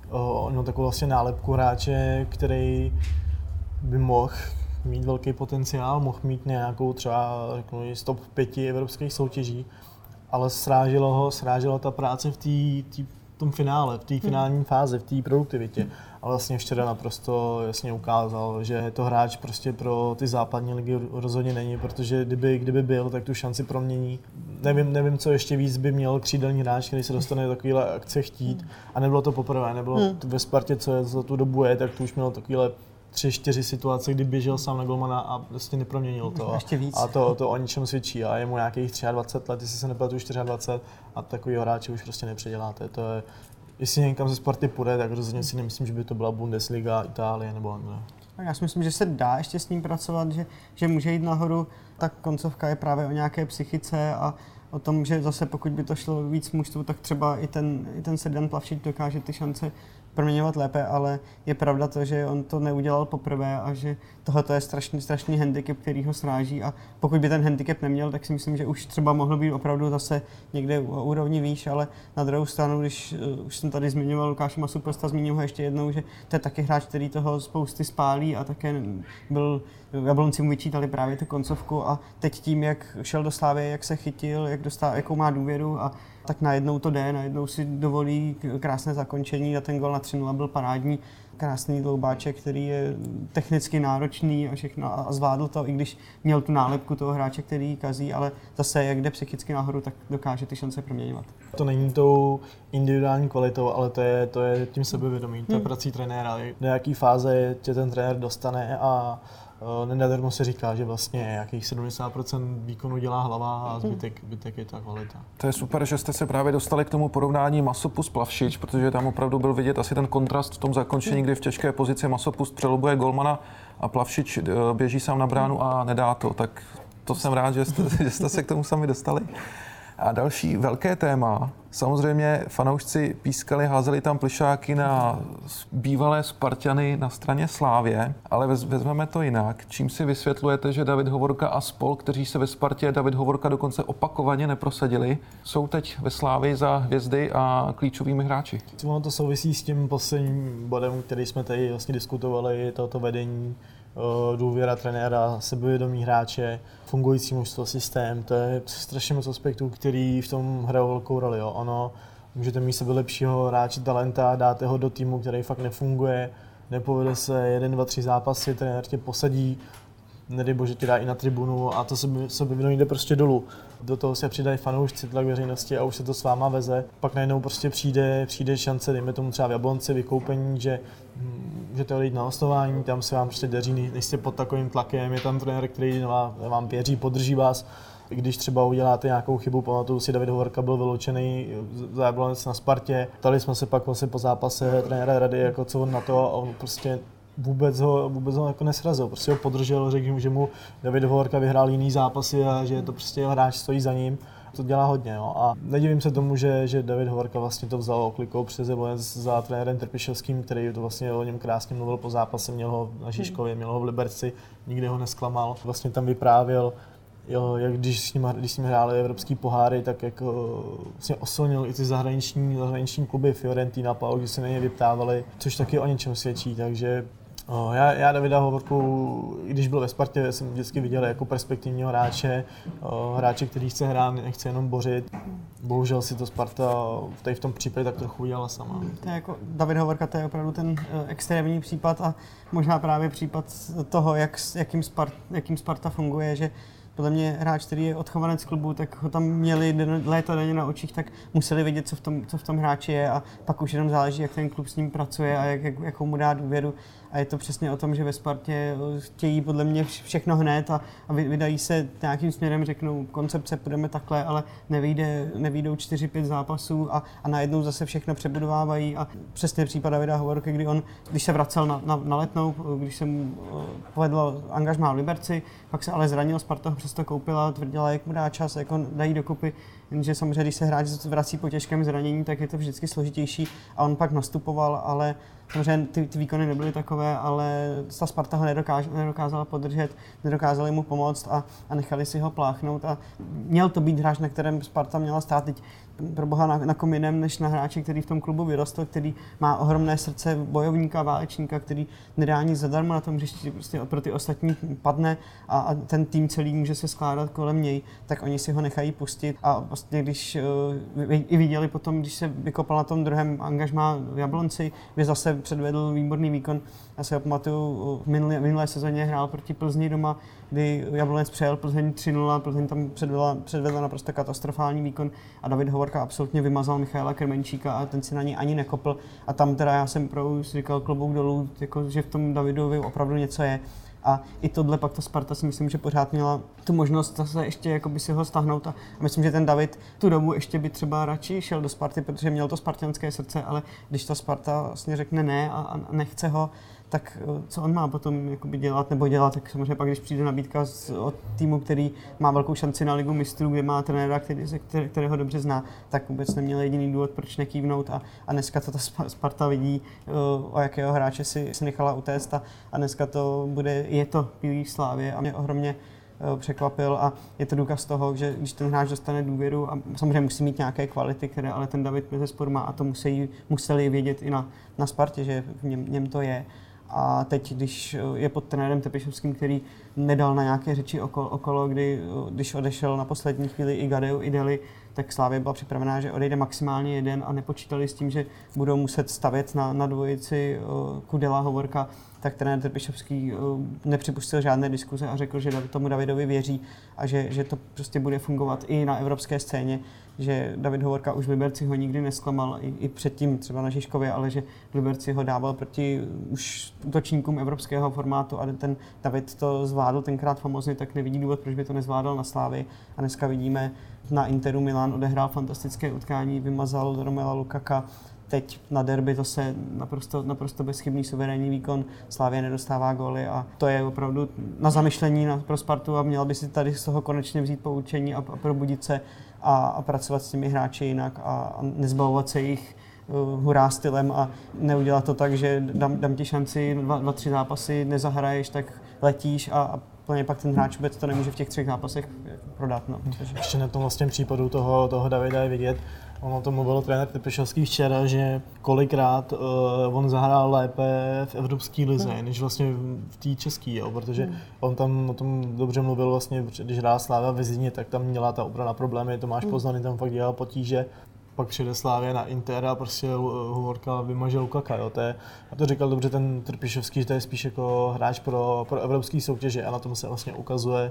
On měl takovou vlastně nálepku hráče, který by mohl mít velký potenciál, mohl mít nějakou třeba řeknu, z top pěti evropských soutěží, ale sráželo ho, srážela ta práce v té tom finále, v té finální fázi, v té produktivitě. Ale vlastně včera naprosto jasně ukázal, že to hráč prostě pro ty západní ligy rozhodně není, protože kdyby, kdyby byl, tak tu šanci promění. Nevím, nevím, co ještě víc by měl křídelní hráč, který se dostane do takovéhle akce chtít. A nebylo to poprvé, nebylo hmm. ve Spartě, co je za tu dobu je, tak tu už měl takovéhle tři, čtyři situace, kdy běžel sám na golmana a vlastně neproměnil to. Ještě víc. A to, to o ničem svědčí. A je mu nějakých dvacet tři let, jestli se nepletu dvacet čtyři a takovýho hráče už prostě nepředěláte. To je, jestli někam ze Sparty půjde, tak rozhodně si nemyslím, že by to byla Bundesliga, Itálie nebo Anglie. Já si myslím, že se dá ještě s ním pracovat, že, že může jít nahoru. Ta koncovka je právě o nějaké psychice a o tom, že zase pokud by to šlo víc mužstvu, tak třeba i ten, i ten Serdian Plavšič dokáže ty šance proměňovat lépe, ale je pravda to, že on to neudělal poprvé a že tohle je strašný, strašný handicap, který ho sráží a pokud by ten handicap neměl, tak si myslím, že už třeba mohlo být opravdu zase někde o úrovni výš, ale na druhou stranu, když uh, už jsem tady zmiňoval Lukáše Masopusta, zmíním ho ještě jednou, že to je taky hráč, který toho spousty spálí a také byl, Jablonci mu vyčítali právě tu koncovku a teď tím, jak šel do Slavie, jak se chytil, jak dostal, jakou má důvěru a tak najednou to jde, najednou si dovolí krásné zakončení a ten gol na tři nula byl parádní, krásný dloubáček, který je technicky náročný a všechno a zvládl to, i když měl tu nálepku toho hráče, který ji kazí, ale zase jak jde psychicky nahoru, tak dokáže ty šance proměňovat. To není tou individuální kvalitou, ale to je, to je tím sebevědomím, to je hmm. prací trenéra. Do jaký fáze tě ten trenér dostane a nenadarmo se říká, že vlastně jakých sedmdesát procent výkonu dělá hlava a zbytek, zbytek je ta kvalita. To je super, že jste se právě dostali k tomu porovnání Masopust Plavšič, protože tam opravdu byl vidět asi ten kontrast v tom zakončení, kdy v těžké pozici Masopust přelobuje golmana a Plavšič běží sám na bránu a nedá to. Tak to jsem rád, že jste, že jste se k tomu sami dostali. A další velké téma Samozřejmě fanoušci pískali, házeli tam plišáky na bývalé Spartany na straně Slávě, ale vezmeme to jinak. Čím si vysvětlujete, že David Hovorka a spol, kteří se ve Spartě David Hovorka dokonce opakovaně neprosadili, jsou teď ve Slávii za hvězdy a klíčovými hráči? Ono to souvisí s tím posledním bodem, který jsme tady vlastně diskutovali, toto vedení, důvěra trenéra, sebevědomí hráče, fungující mužstvo, systém, to je strašně moc aspektů, který v tom hrajou velkou roli. Jo. Ono, můžete mít sebe lepšího hráče, talenta, dáte ho do týmu, který fakt nefunguje, nepovede se jeden, dva, tři zápasy, trenér tě posadí, nedej bože ti dá i na tribunu a to sebevědomí jde prostě dolů. Do toho se přidají fanoušci, tlak veřejnosti a už se to s váma veze. Pak najednou prostě přijde, přijde šance, dejme tomu třeba v Jablonci, vykoupení, že můžete odejít na hostování, tam se vám prostě daří, nejste pod takovým tlakem, je tam trenér, který vám věří, podrží vás. Když třeba uděláte nějakou chybu, pamatuju si, David Hovorka byl vyloučený za Jablonec na Spartě. Ptali jsme se pak vlastně po zápase trenéra Rady, jako co on na to, a on prostě vůbec ho, vůbec ho jako nesrazil, prostě ho podržel, řekl, že mu David Hovorka vyhrál jiný zápasy a že to prostě hráč stojí za ním. To dělá hodně, jo. A nedivím se tomu, že, že David Hovorka vlastně to vzal oklikou přes Jablonec za trenérem Trpišovským, který to vlastně o něm krásně mluvil po zápase, měl ho na Žižkově, měl ho v Liberci, nikdy ho nesklamal. Vlastně tam vyprávěl, jo, jak když s ním, když s ním hráli evropský poháry, tak jak vlastně oslnil i ty zahraniční, zahraniční kluby Fiorentina, Pauk, že se na ně vyptávali, což taky o něčem svědčí, takže O, já, já Davida Hovorku, i když byl ve Spartě, jsem vždycky viděl jako perspektivního hráče, o, hráče, který chce hrát, nechce jenom bořit. Bohužel si to Sparta tady v tom případě tak trochu udělala sama. To je jako David Hovorka, to je opravdu ten extrémní případ a možná právě případ toho, jak, jakým, Spart, jakým Sparta funguje, že podle mě hráč, který je odchovanec klubu, tak ho tam měli léta denně na očích, tak museli vědět, co v tom, co v tom hráči je a pak už jenom záleží, jak ten klub s ním pracuje a jak, jak, jakou mu dá důvěru. A je to přesně o tom, že ve Spartě chtějí podle mě všechno hned a, a vydají se nějakým směrem, řeknou koncepce, půjdeme takhle, ale nevyjde, nevyjdou čtyři pět zápasů a, a najednou zase všechno přebudovávají. A přesně případ Davida Hovorky, kdy on, když se vracel na, na, na Letnou, když se mu povedlo angažmá v Liberci, pak se ale zranil, Sparta ho přesto koupila, tvrdila, jak mu dá čas, jak on dají dokupy. Jenže samozřejmě, když se hráč vrací po těžkém zranění, tak je to vždycky složitější a on pak nastupoval, ale samozřejmě ty, ty výkony nebyly takové, ale ta Sparta ho nedokáž, nedokázala podržet, nedokázali mu pomoct a, a nechali si ho pláchnout a měl to být hráč, na kterém Sparta měla stát teď pro boha na, na kom jiném, než na hráči, který v tom klubu vyrostl, který má ohromné srdce bojovníka, válečníka, který nedá nic zadarmo na tom hřišti, prostě pro ty ostatní padne a, a ten tým celý může se skládat kolem něj, tak oni si ho nechají pustit a vlastně když uh, i viděli potom, když se vykopal na tom druhém angažmá v Jablonci, kde zase předvedl výborný výkon. Já si ho pamatuju, v minulé, minulé sezóně hrál proti Plzni doma, kdy Jablonec přejel Plzeň tři nula, Plzeň tam předvedla, předvedla naprosto katastrofální výkon a David Hovorka absolutně vymazal Michaela Krmenčíka a ten si na něj ani nekopl. A tam teda já jsem pro říkal klobouk dolů, jako, že v tom Davidovi opravdu něco je. A i tohle pak ta Sparta si myslím, že pořád měla tu možnost zase ještě jakoby si ho stáhnout a myslím, že ten David tu dobu ještě by třeba radši šel do Sparty, protože měl to spartanské srdce, ale když ta Sparta vlastně řekne ne a, a nechce ho, tak co on má potom jakoby dělat nebo dělat, tak samozřejmě pak, když přijde nabídka z, od týmu, který má velkou šanci na Ligu mistrů, kde má trenéra, který, který, kterého dobře zná, tak vůbec neměl jediný důvod, proč nekývnout a, a dneska to ta Sparta vidí, o jakého hráče si, si nechala utéct a, a dneska to bude, je to pilíř Slávě a mě ohromně překvapil a je to důkaz toho, že když ten hráč dostane důvěru a samozřejmě musí mít nějaké kvality, které ale ten David bezesporu má a to musí, museli vědět i na, na Spartě, že v něm, něm to je. A teď, když je pod trenérem Trpišovským, který nedal na nějaké řeči okolo, okolo kdy, když odešel na poslední chvíli i Gadeu, i Deli, tak Slavia byla připravená, že odejde maximálně jeden a nepočítali s tím, že budou muset stavět na, na dvojici Kudela, Hovorka, tak trenér Trpišovský nepřipustil žádné diskuze a řekl, že tomu Davidovi věří a že, že to prostě bude fungovat i na evropské scéně, že David Hovorka už v Liberci ho nikdy nesklamal, i, i předtím třeba na Žižkově, ale že v Liberci ho dával proti už útočníkům evropského formátu a ten David to zvládl tenkrát famózně, tak nevidí důvod, proč by to nezvládal na Slávii. A dneska vidíme, na Interu Milan odehrál fantastické utkání, vymazal Romela Lukaka, teď na derby zase naprosto, naprosto bezchybný suverénní výkon, Slavia nedostává góly a to je opravdu na zamyšlení na, pro Spartu a měl by si tady z toho konečně vzít poučení a, a probudit se a, a pracovat s těmi hráči jinak a, a nezbavovat se jich uh, hurá stylem a neudělat to tak, že dám, dám ti šanci, dva, dva, tři zápasy nezahraješ, tak letíš a, a plně pak ten hráč vůbec to nemůže v těch třech zápasech prodat. No. Ještě na tom vlastně případu toho, toho Davida je vidět, ono to mluvil trenér Trpišovský včera, že kolikrát uh, on zahrál lépe v evropské lize, hmm. než vlastně v té české, jo, protože hmm. on tam o tom dobře mluvil vlastně, když hrál Slavia ve Zlíně, tak tam měla ta obrana problémy, Tomáš hmm. Poznaný tam fakt dělal potíže. Pak přijde Slavia na Inter a prostě Hovorka vymaže Lukaka, jo, to je, a to říkal dobře ten Trpišovský, že to je spíš jako hráč pro, pro evropské soutěže a na tom se vlastně ukazuje,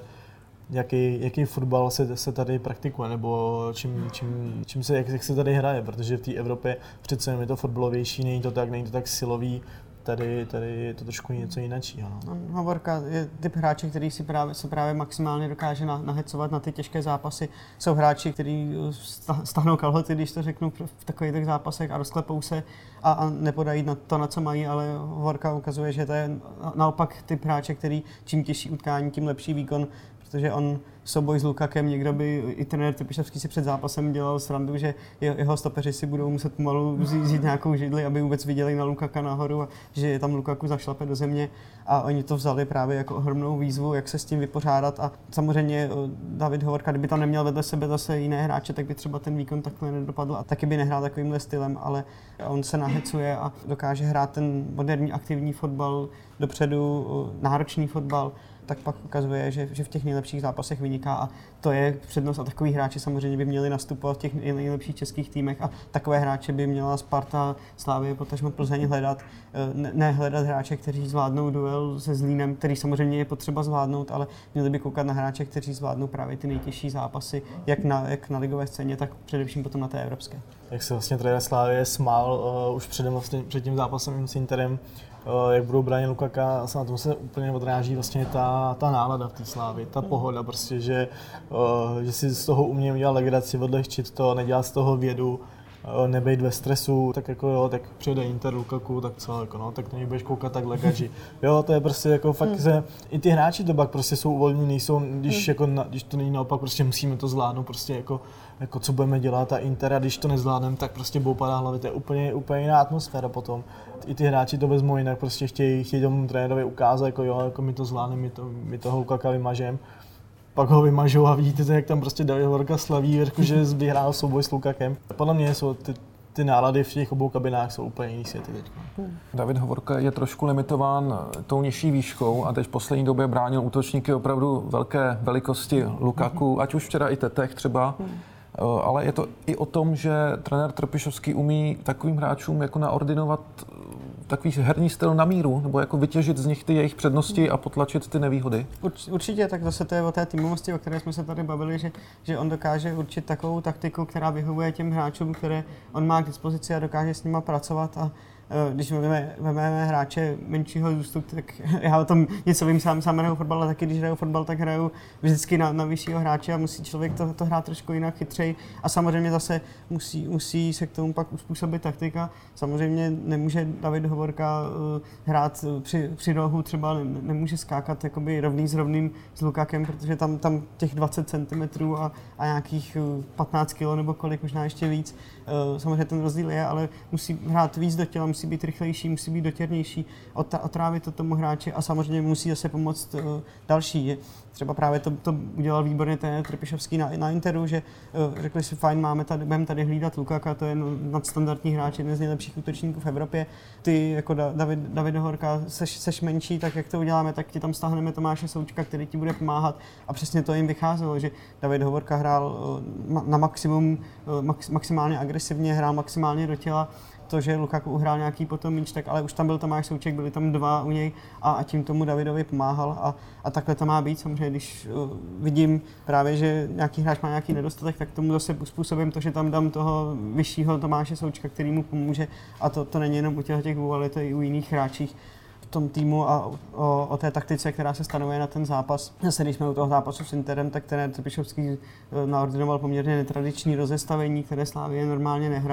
jaký, jaký fotbal se, se tady praktikuje, nebo čím, čím, čím se, jak, jak se tady hraje, protože v té Evropě přece je to fotbalovější, není to tak, není to tak silový, tady, tady je to trošku něco jináčího. No. Hovorka je typ hráče, který si právě, se právě maximálně dokáže nahecovat na ty těžké zápasy. Jsou hráči, kteří stáhnou kalhoty, když to řeknu, v takových zápasech a rozklepou se a, a nepodají na to, na co mají, ale Hovorka ukazuje, že to je naopak typ hráče, který čím těžší utkání, tím lepší výkon, protože on souboj s Lukakem, někdo by, i trenér Trpišovský si před zápasem dělal srandu, že jeho stopeři si budou muset pomalu vzít nějakou židli, aby vůbec viděli na Lukaka nahoru a že je tam Lukaku zašlape do země a oni to vzali právě jako ohromnou výzvu, jak se s tím vypořádat a samozřejmě David Hovorka, kdyby tam neměl vedle sebe zase jiné hráče, tak by třeba ten výkon takhle nedopadl a taky by nehrál takovýmhle stylem, ale on se nahecuje a dokáže hrát ten moderní aktivní fotbal dopředu, náročný fotbal, tak pak ukazuje, že, že v těch nejlepších zápasech vyniká a to je přednost a takový hráči samozřejmě by měli nastupovat v těch nejlepších českých týmech a takové hráče by měla Sparta, Slavie, potažmo Plzeň hledat, ne, ne hledat hráče, kteří zvládnou duel se Zlínem, který samozřejmě je potřeba zvládnout, ale měli by koukat na hráče, kteří zvládnou právě ty nejtěžší zápasy, jak na, jak na ligové scéně, tak především potom na té evropské. Jak se vlastně trenér Slavie smál uh, už před, vlastně, před tím zápasem s Interem, Uh, jak budou bránit Lukaka, a na tom se úplně odráží vlastně ta, ta nálada v té Slávii, ta pohoda prostě, že, uh, že si z toho umějí udělat legraci, odlehčit to, nedělat z toho vědu, uh, nebejt ve stresu, tak jako jo, tak přijde Inter Lukaku, tak co, jako no, tak na něj budeš koukat tak legači. Jo, to je prostě jako fakt, že i ty hráči to pak prostě jsou uvolnění, nejsou, když, jako, když to není naopak, prostě musíme to zvládnout, prostě jako, jako co budeme dělat a Inter, a když to nezvládneme, tak prostě budou padat hlavy, to je úplně, úplně jiná atmosféra potom. I ty hráči to vezmou jinak, prostě chtějí, chtějí tomu trenérovi ukázat, jako jo, jako my to zvládneme, my, to, my toho Lukaka vymažeme. Pak ho vymažou a vidíte, jak tam prostě David Hovorka slaví, jako že vyhrál souboj s Lukakem. Podle mě jsou ty, ty nálady v těch obou kabinách jsou úplně jiný světy teď. David Hovorka je trošku limitován tou nižší výškou a teď v poslední době bránil útočníky opravdu velké velikosti Lukaku, ať už včera i Tetech třeba. Ale je to i o tom, že trenér Trpišovský umí takovým hráčům jako naordinovat takový herní styl na míru, nebo jako vytěžit z nich ty jejich přednosti a potlačit ty nevýhody? Určitě, tak zase to je o té týmovosti, o které jsme se tady bavili, že, že on dokáže určit takovou taktiku, která vyhovuje těm hráčům, které on má k dispozici a dokáže s nima pracovat a když vezmeme hráče menšího zůstu, tak já o tom něco vím, sám, sám hraju fotbal, ale taky když hraju fotbal, tak hraju vždycky na, na vyššího hráče a musí člověk to, to hrát trošku jinak, chytřej a samozřejmě zase musí, musí se k tomu pak uspůsobit taktika. Samozřejmě nemůže David Hovorka uh, hrát při, při rohu, třeba ne, nemůže skákat jakoby rovný s rovným s Lukakem, protože tam, tam těch dvacet centimetrů a, a nějakých patnáct kilo nebo kolik, možná ještě víc. Uh, samozřejmě ten rozdíl je, ale musí hrát víc do těla, musí být rychlejší, musí být dotěrnější, otrávit to tomu hráči a samozřejmě musí zase pomoct uh, další. Třeba právě to, to udělal výborně ten Trpišovský na, na Interu, že uh, řekli si, fajn, máme tady, budeme tady hlídat Lukaka, to je nadstandardní hráč, jeden z nejlepších útočníků v Evropě. Ty jako David, David Hovorka, seš, seš menší, tak jak to uděláme, tak ti tam stáhneme Tomáše Součka, který ti bude pomáhat a přesně to jim vycházelo, že David Hovorka hrál uh, na maximum, uh, max, maximálně agresivně, hrál maximálně do těla. To, že Lukaku uhrál nějaký potom míč, tak ale už tam byl Tomáš Souček, byli tam dva u něj a, a tím tomu Davidovi pomáhal a, a takhle to má být. Samozřejmě, když uh, vidím právě, že nějaký hráč má nějaký nedostatek, tak tomu zase způsobím to, že tam dám toho vyššího Tomáše Součka, který mu pomůže a to, to není jenom u těch, těch dvou, ale to i u jiných hráčích v tom týmu a o, o té taktice, která se stanovuje na ten zápas. Zase, když jsme u toho zápasu s Interem, tak ten Trpišovský naordinoval poměrně netradiční rozestavení, které Slavie normálně nehraje.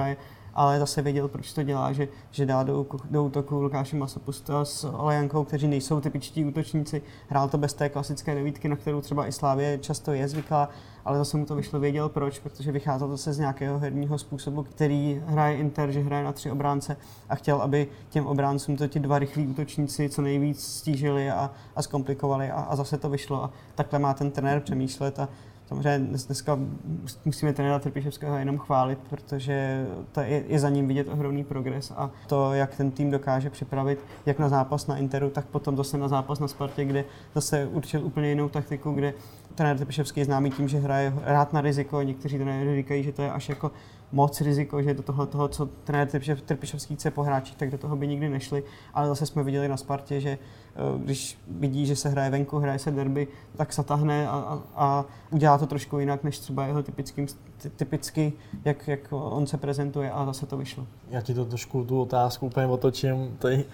ale zase věděl, proč to dělá, že, že dá do, do útoku Lukáše Masapusta s Olejankou, kteří nejsou typičtí útočníci. Hrál to bez té klasické devítky, na kterou třeba i Slavie často je zvyklá, ale zase mu to vyšlo, věděl proč, protože vycházel zase z nějakého herního způsobu, který hraje Inter, že hraje na tři obránce a chtěl, aby těm obráncům to ti dva rychlí útočníci co nejvíc stížili a, a zkomplikovali a, a zase to vyšlo. A takhle má ten trenér přemýšlet a samozřejmě dneska musíme trenéra Trpišovského jenom chválit, protože to je, je za ním vidět ohromný progres a to, jak ten tým dokáže připravit jak na zápas na Interu, tak potom zase na zápas na Spartě, kde zase určil úplně jinou taktiku, kde trenér Trpišovský je známý tím, že hraje rád na riziko. Někteří trenéři říkají, že to je až jako moc riziko, že do toho, toho co trenér Trpišovský chce po hráčích, tak do toho by nikdy nešli. Ale zase jsme viděli na Spartě, že když vidí, že se hraje venku, hraje se derby, tak zatáhne a, a, a udělá to trošku jinak, než třeba jeho typickým, typicky, jak, jak on se prezentuje a zase to vyšlo. Já ti to trošku tu otázku úplně otočím tady uh,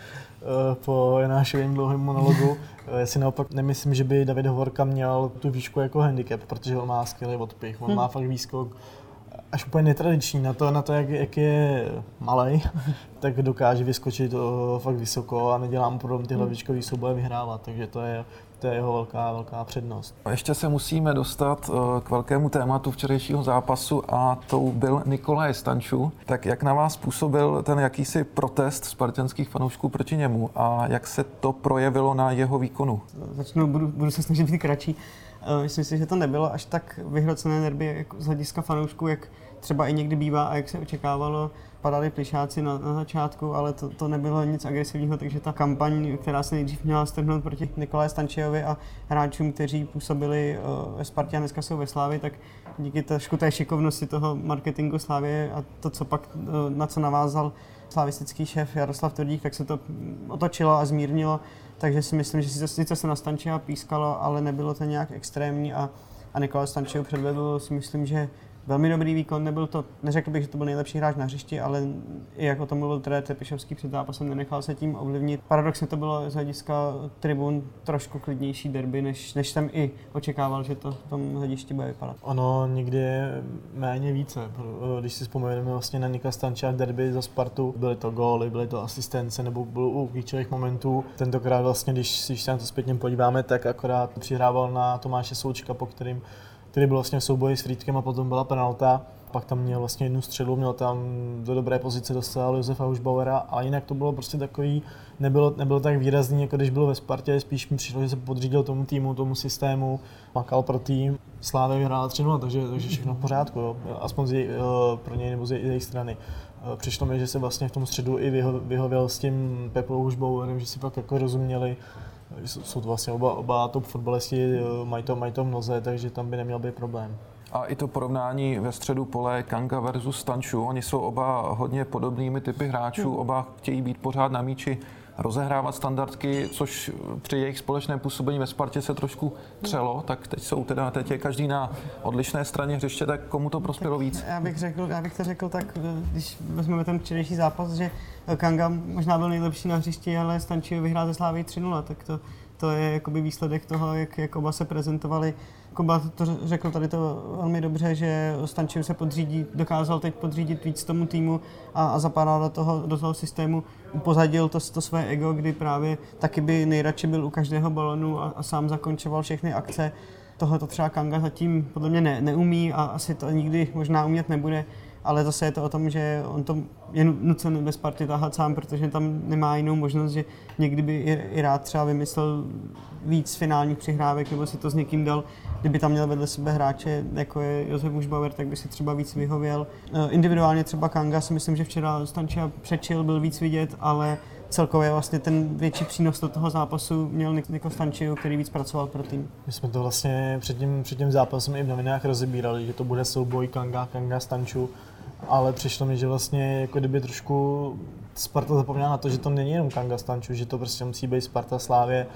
po našem dlouhém monologu. Já si naopak nemyslím, že by David Hovorka měl tu výšku jako handicap, protože on má skvělý odpich, on hmm. má fakt výskok až úplně netradiční na to, na to jak, jak je malej, tak dokáže vyskočit o, fakt vysoko a nedělá mu problém tyhle výškový souboje vyhrávat, takže to je, to je jeho velká, velká přednost. Ještě se musíme dostat k velkému tématu včerejšího zápasu a to byl Nikolaj Stanču. Tak jak na vás působil ten jakýsi protest spartanských fanoušků proti němu a jak se to projevilo na jeho výkonu? Začnu, budu, budu se snažit být kratší. Myslím si, že to nebylo až tak vyhrocené derby jako z hlediska fanoušků, jak třeba i někdy bývá a jak se očekávalo. Padali plišáci na, na začátku, ale to, to nebylo nic agresivního, takže ta kampaň, která se nejdřív měla strhnout proti Nikolaji Stančijovi a hráčům, kteří působili ve Spartě a dneska jsou ve Slavii, tak díky trošku té šikovnosti toho marketingu Slavie a to, co pak, na co navázal slavistický šéf Jaroslav Tvrdík, tak se to otočilo a zmírnilo. Takže si myslím, že sice, sice se na Stančia pískalo, ale nebylo to nějak extrémní a, a Nikolaj Stančijo předvedl si myslím, že velmi dobrý výkon, nebyl to, neřekl bych, že to byl nejlepší hráč na hřišti, ale i jak o tom mluvil trenér Trpišovský před zápasem, nenechal se tím ovlivnit. Paradoxně to bylo z hlediska tribun trošku klidnější derby, než, než jsem i očekával, že to v tom hledišti bude vypadat. Ono někdy je méně více. Když si vzpomeneme vlastně na Nika Stančia v derby za Spartu, byly to góly, byly to asistence nebo bylo u klíčových momentů. Tentokrát vlastně, když, když se na to zpětně podíváme, tak akorát přihrával na Tomáše Součka, po kterým který byl vlastně v souboji s Frýdkem a potom byla penalta. Pak tam měl vlastně jednu střelu, měl tam do dobré pozice dostal Josefa Hušbauera, a jinak to bylo prostě takový, nebylo, nebylo tak výrazný, jako když byl ve Spartě, spíš mi přišlo, že se podřídil tomu týmu, tomu systému, makal pro tým. Slavia vyhrála tři nula, takže, takže všechno v pořádku, jo. Aspoň z jej, pro něj nebo z jejich strany. Přišlo mi, že se vlastně v tom středu i vyho, vyhověl s tím Pepou Hušbauerem, že si pak jako rozuměli. Jsou to vlastně oba, oba top fotbalisti, mají to, mají to v noze, takže tam by neměl být problém. A i to porovnání ve středu pole Kanga versus Stanču, oni jsou oba hodně podobnými typy hráčů, oba chtějí být pořád na míči, rozehrávat standardky, což při jejich společném působení ve Spartě se trošku třelo, tak teď jsou teda, teď je každý na odlišné straně hřiště, tak komu to prospělo víc? Já bych řekl, já bych to řekl tak, když vezmeme ten včerejší zápas, že Kanga možná byl nejlepší na hřišti, ale Stančio vyhrál ze Slavii tři nula, tak to, to je jakoby výsledek toho, jak, jak oba se prezentovali. Kuba to řekl tady to velmi dobře, že Stančio se podřídí, dokázal teď podřídit víc tomu týmu a, a zapadal do toho, do toho systému, upozadil to, to své ego, kdy právě taky by nejradši byl u každého balonu a, a sám zakončoval všechny akce. Tohle to třeba Kanga zatím podle mě ne, neumí a asi to nikdy možná umět nebude, ale zase je to o tom, že on to je nucen ve Spartě tahat sám, protože tam nemá jinou možnost, že někdy by i, i rád třeba vymyslel víc finálních přihrávek nebo si to s někým dal. Kdyby tam měl vedle sebe hráče, jako je Josef Hušbauer, tak by si třeba víc vyhověl. Individuálně třeba Kanga si myslím, že včera Stančia přečil, byl víc vidět, ale celkově vlastně ten větší přínos do toho zápasu měl Niko Stančiu, který víc pracoval pro tým. My jsme to vlastně před tím, před tím zápasem i v novinách rozebírali, že to bude souboj Kanga, Kanga, Stanču, ale přišlo mi, že vlastně jako kdyby trošku Sparta zapomněla na to, že to není jenom Kanga Stanču, že to prostě musí být Sparta Slavie,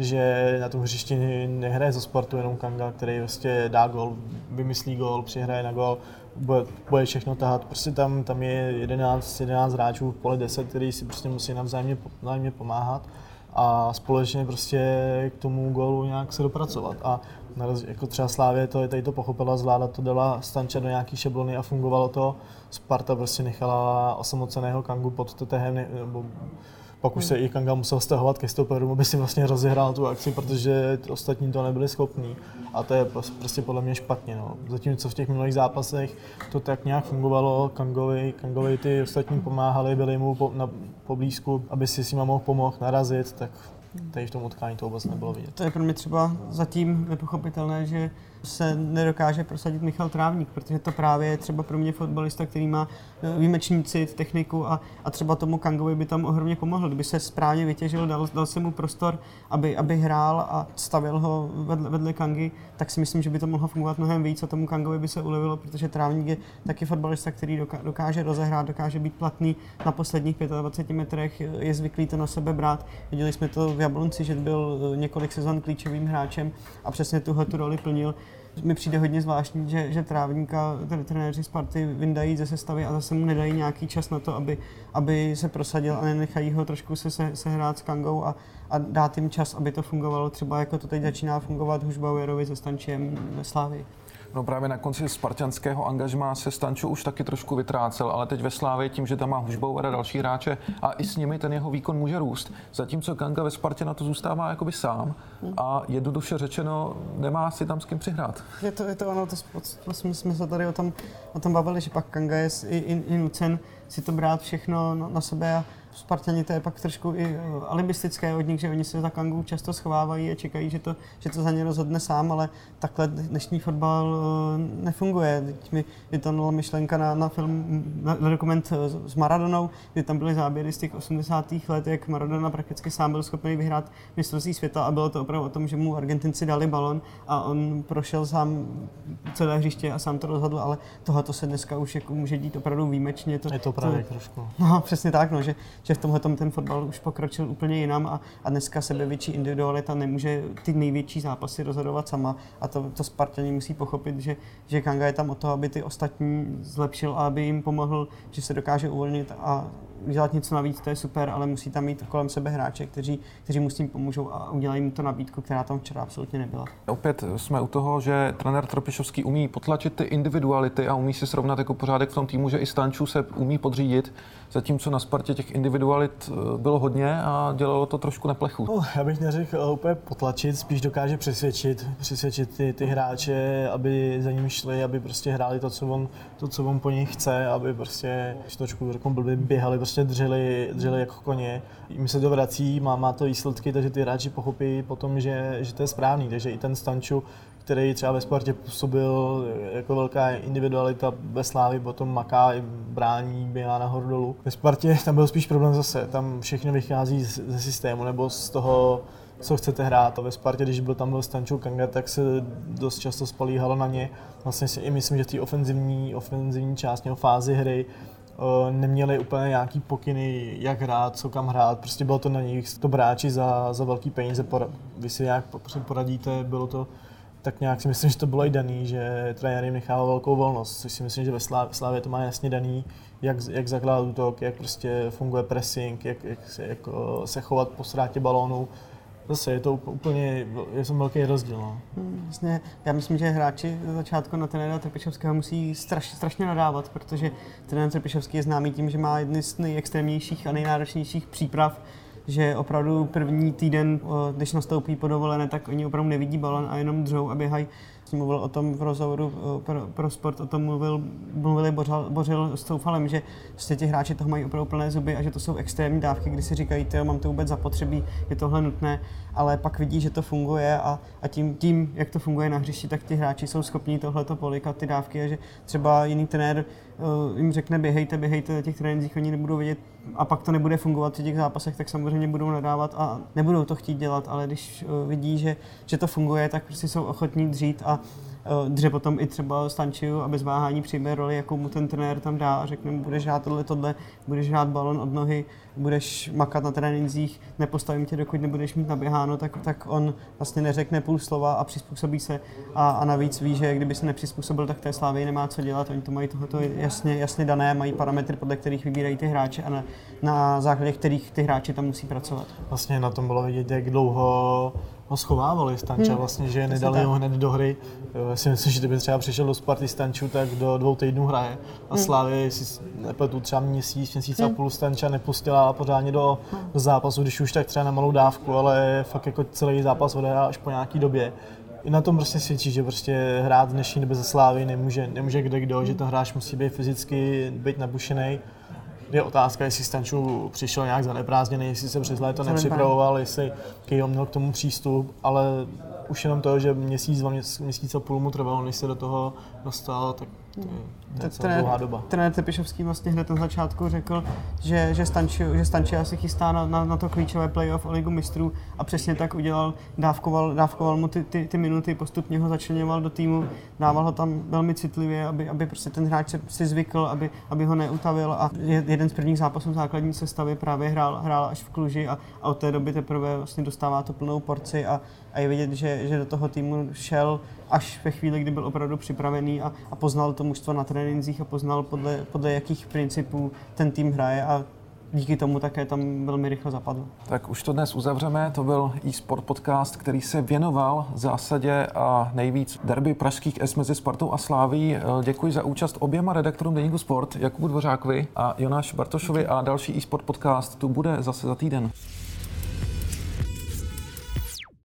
že na tom hřišti nehraje za Spartu jenom Kanga, který prostě dá gól, vymyslí gól, přihraje na gól, bude, bude všechno tahat. Prostě tam, tam je jedenáct, jedenáct hráčů v poli deset, který si prostě musí navzájemně, navzájemně pomáhat a společně prostě k tomu gólu nějak se dopracovat. A Jako třeba Slávě to, tady to pochopila, zvládla to, dala Stanča do nějaký šablony a fungovalo to. Sparta prostě nechala osamoceného Kangu pod Tetehem, nebo pak už se i Kanga musel stahovat ke stoperům, aby si vlastně rozehrál tu akci, protože ostatní to nebyli schopní. A to je prostě podle mě špatně. No. Zatímco v těch minulých zápasech to tak nějak fungovalo, Kangovi, Kangovi ty ostatní pomáhali, byli mu po, na, poblízku, aby si s nima mohl pomoct narazit, tak tady v tom utkání to vůbec nebylo vidět. To je pro mě třeba zatím nepochopitelné, že se nedokáže prosadit Michal Trávník, protože to právě je třeba pro mě fotbalista, který má výjimečný cit, techniku a, a třeba tomu Kangovi by tam ohromně pomohl. Kdyby se správně vytěžil, dal, dal se mu prostor, aby, aby hrál a stavil ho vedle, vedle Kangy, tak si myslím, že by to mohlo fungovat mnohem víc a tomu Kangovi by se ulevilo, protože Trávník je taky fotbalista, který dokáže rozehrát, dokáže být platný na posledních dvaceti pěti metrech, je zvyklý to na sebe brát. Viděli jsme to v Jablonci, že byl několik sezon klíčovým hráčem a přesně tuhle tu roli plnil. Mi přijde hodně zvláštní, že, že Trávníka, tedy trenéři Sparty vyndají ze sestavy a zase mu nedají nějaký čas na to, aby, aby se prosadil a nenechají ho trošku se, se, se hrát s Kangou a, a dát jim čas, aby to fungovalo třeba jako to teď začíná fungovat Hušbauerovi se Stančiem ve Slavii. No právě na konci spartanského angažmá se Stančo už taky trošku vytrácel, ale teď ve Slávii tím, že tam má Hušbauer a další hráče a i s nimi ten jeho výkon může růst. Zatímco Kanga ve Spartě na to zůstává jakoby sám a jednoduše řečeno nemá si tam s kým přihrát. Je to, je to ono, to, to jsme, jsme se tady o tom, o tom bavili, že pak Kanga je i, i, i nucen si to brát všechno na, na sebe a Spartani to je pak trošku i alibistické od nich, že oni se za Kangu často schovávají a čekají, že to, že to za ně rozhodne sám, ale takhle dnešní fotbal nefunguje. Teď mi vytanula myšlenka na, na film, na, na dokument s Maradonou, kdy tam byly záběry z těch osmdesátých let, jak Maradona prakticky sám byl schopný vyhrát mistrovství světa a bylo to opravdu o tom, že mu Argentinci dali balon a on prošel sám celé hřiště a sám to rozhodl, ale tohle se dneska už jako může dít opravdu výjimečně. To, je to právě to, trošku. No přesně tak, no, že že v tomhletom ten fotbal už pokročil úplně jinam a, a dneska sebevětší individualita nemůže ty největší zápasy rozhodovat sama a to, to Spartani musí pochopit, že, že Kanga je tam o to, aby ty ostatní zlepšil a aby jim pomohl, že se dokáže uvolnit a udělat něco navíc, to je super, ale musí tam mít kolem sebe hráče, kteří, kteří mu s tím pomůžou a udělají mu to nabídku, která tam včera absolutně nebyla. Opět jsme u toho, že trenér Trpišovský umí potlačit ty individuality a umí si srovnat jako pořádek v tom týmu, že i Stanču se umí podřídit, zatímco na Spartě těch individualit bylo hodně a dělalo to trošku neplechu. No, já bych neřekl úplně potlačit, spíš dokáže přesvědčit, přesvědčit ty, ty hráče, aby za ním šli, aby prostě hráli to, co on, to, co on po nich chce, aby prostě trošku blbě běhali, prostě dřeli, dřeli jako koně. Jim se to vrací, má, má to výsledky, takže ty hráči pochopí potom, že, že to je správný, takže i ten Stanču, který třeba ve Spartě působil jako velká individualita ve Slávii, potom maká, brání, běhá nahoru dolů. Ve Spartě tam byl spíš problém zase, tam všechno vychází ze systému nebo z toho, co chcete hrát. A ve Spartě, když byl tam byl Stanču Kanga, tak se dost často spalíhalo na ně. Vlastně si i myslím, že v té ofenzivní, ofenzivní části nebo fázi hry neměli úplně nějaký pokyny, jak hrát, co kam hrát, prostě bylo to na nich, to bráči za, za velký peníze, vy si nějak poradíte, bylo to tak nějak si myslím, že to bylo i daný, že trenér jim nechával velkou volnost, což si myslím, že ve Slávě to má jasně daný, jak, jak zakládat útok, jak prostě funguje pressing, jak, jak se, jako, se chovat po ztrátě balónu. Zase je to úplně, je to velký rozdíl. No. Hmm, vlastně, já myslím, že hráči za začátku na trenéra Trpišovského musí straš, strašně nadávat, protože trenér Trpišovský je známý tím, že má jedny z nejextrémnějších a nejnáročnějších příprav, že opravdu první týden, když nastoupí po dovolené, tak oni opravdu nevidí balon a jenom dřou a běhají. Jsem mluvil o tom v rozhovoru pro, pro sport, o tom mluvil, mluvili Bořil, Bořil s Coufalem, že vlastně ti hráči toho mají opravdu plné zuby a že to jsou extrémní dávky, kdy si říkají, tyjo, mám to vůbec zapotřebí, je tohle nutné, ale pak vidí, že to funguje a, a tím, tím, jak to funguje na hřišti, tak ti hráči jsou schopní tohleto polikat ty dávky a že třeba jiný trenér uh, jim řekne běhejte, běhejte na těch trénincích, oni nebudou vědět a pak to nebude fungovat v těch zápasech, tak samozřejmě budou nadávat a nebudou to chtít dělat, ale když uh, vidí, že, že to funguje, tak prostě jsou ochotní dřít a dře potom i třeba Stančiu a bez váhání přijme roli, jakou mu ten trenér tam dá a řekne mu, budeš hrát tohle, tohle, budeš hrát balon od nohy, budeš makat na trénincích, nepostavím tě, dokud nebudeš mít naběháno, tak, tak on vlastně neřekne půl slova a přizpůsobí se a, a navíc ví, že kdyby se nepřizpůsobil, tak té Slávii nemá co dělat, oni to mají tohoto jasně, jasně dané, mají parametry, podle kterých vybírají ty hráče a na, na základě kterých ty hráči tam musí pracovat. Vlastně na tom bylo vidět, jak dlouho ho schovávali Stanča, hmm. vlastně, že nedali ho hned do hry. Já si myslím, že kdyby třeba přišel do Sparty Stanču, tak do dvou týdnů hraje. A hmm. Slávě si nepletu třeba měsíc, měsíc hmm. a půl Stanča nepustila pořádně do, do zápasu, když už tak třeba na malou dávku, ale fakt jako celý zápas odehrál až po nějaký době. I na tom prostě svědčí, že prostě hrát v dnešní době ze Slávy nemůže, nemůže kde kdo, hmm. že ten hráč musí být fyzicky, být nabušenej. Je otázka, jestli Stanču přišel nějak zaneprázdněný, jestli se přes léto nepřipravoval, jestli Kyjo měl k tomu přístup, ale už jenom to, že měsíc, dva měsíc, měsíc a půl mu trvalo, než se do toho dostal, tak to je, to je celá dlouhá doba. Trenér Tepišovský vlastně hned na začátku řekl, že, že Stanču, že Stanču asi chystá na, na, na to klíčové playoff o Ligu mistrů a přesně tak udělal, dávkoval, dávkoval mu ty, ty, ty minuty, postupně ho začleňoval do týmu, dával ho tam velmi citlivě, aby, aby prostě ten hráč se si zvykl, aby, aby ho neutavil a jeden z prvních zápasů základní sestavy právě hrál, hrál až v Kluži a, a od té doby teprve vlastně dostává to plnou porci a, a je vidět, že, že do toho týmu šel až ve chvíli, kdy byl opravdu připravený a, a poznal to mužstvo na trénincích a poznal podle, podle jakých principů ten tým hraje a díky tomu také tam velmi rychle zapadl. Tak už to dnes uzavřeme. To byl eSport podcast, který se věnoval zásadě a nejvíc derby pražských S mezi Spartou a Slávií. Děkuji za účast oběma redaktorům deníku Sport, Jakubu Dvořákovi a Jonáši Bartošovi a další eSport podcast tu bude zase za týden.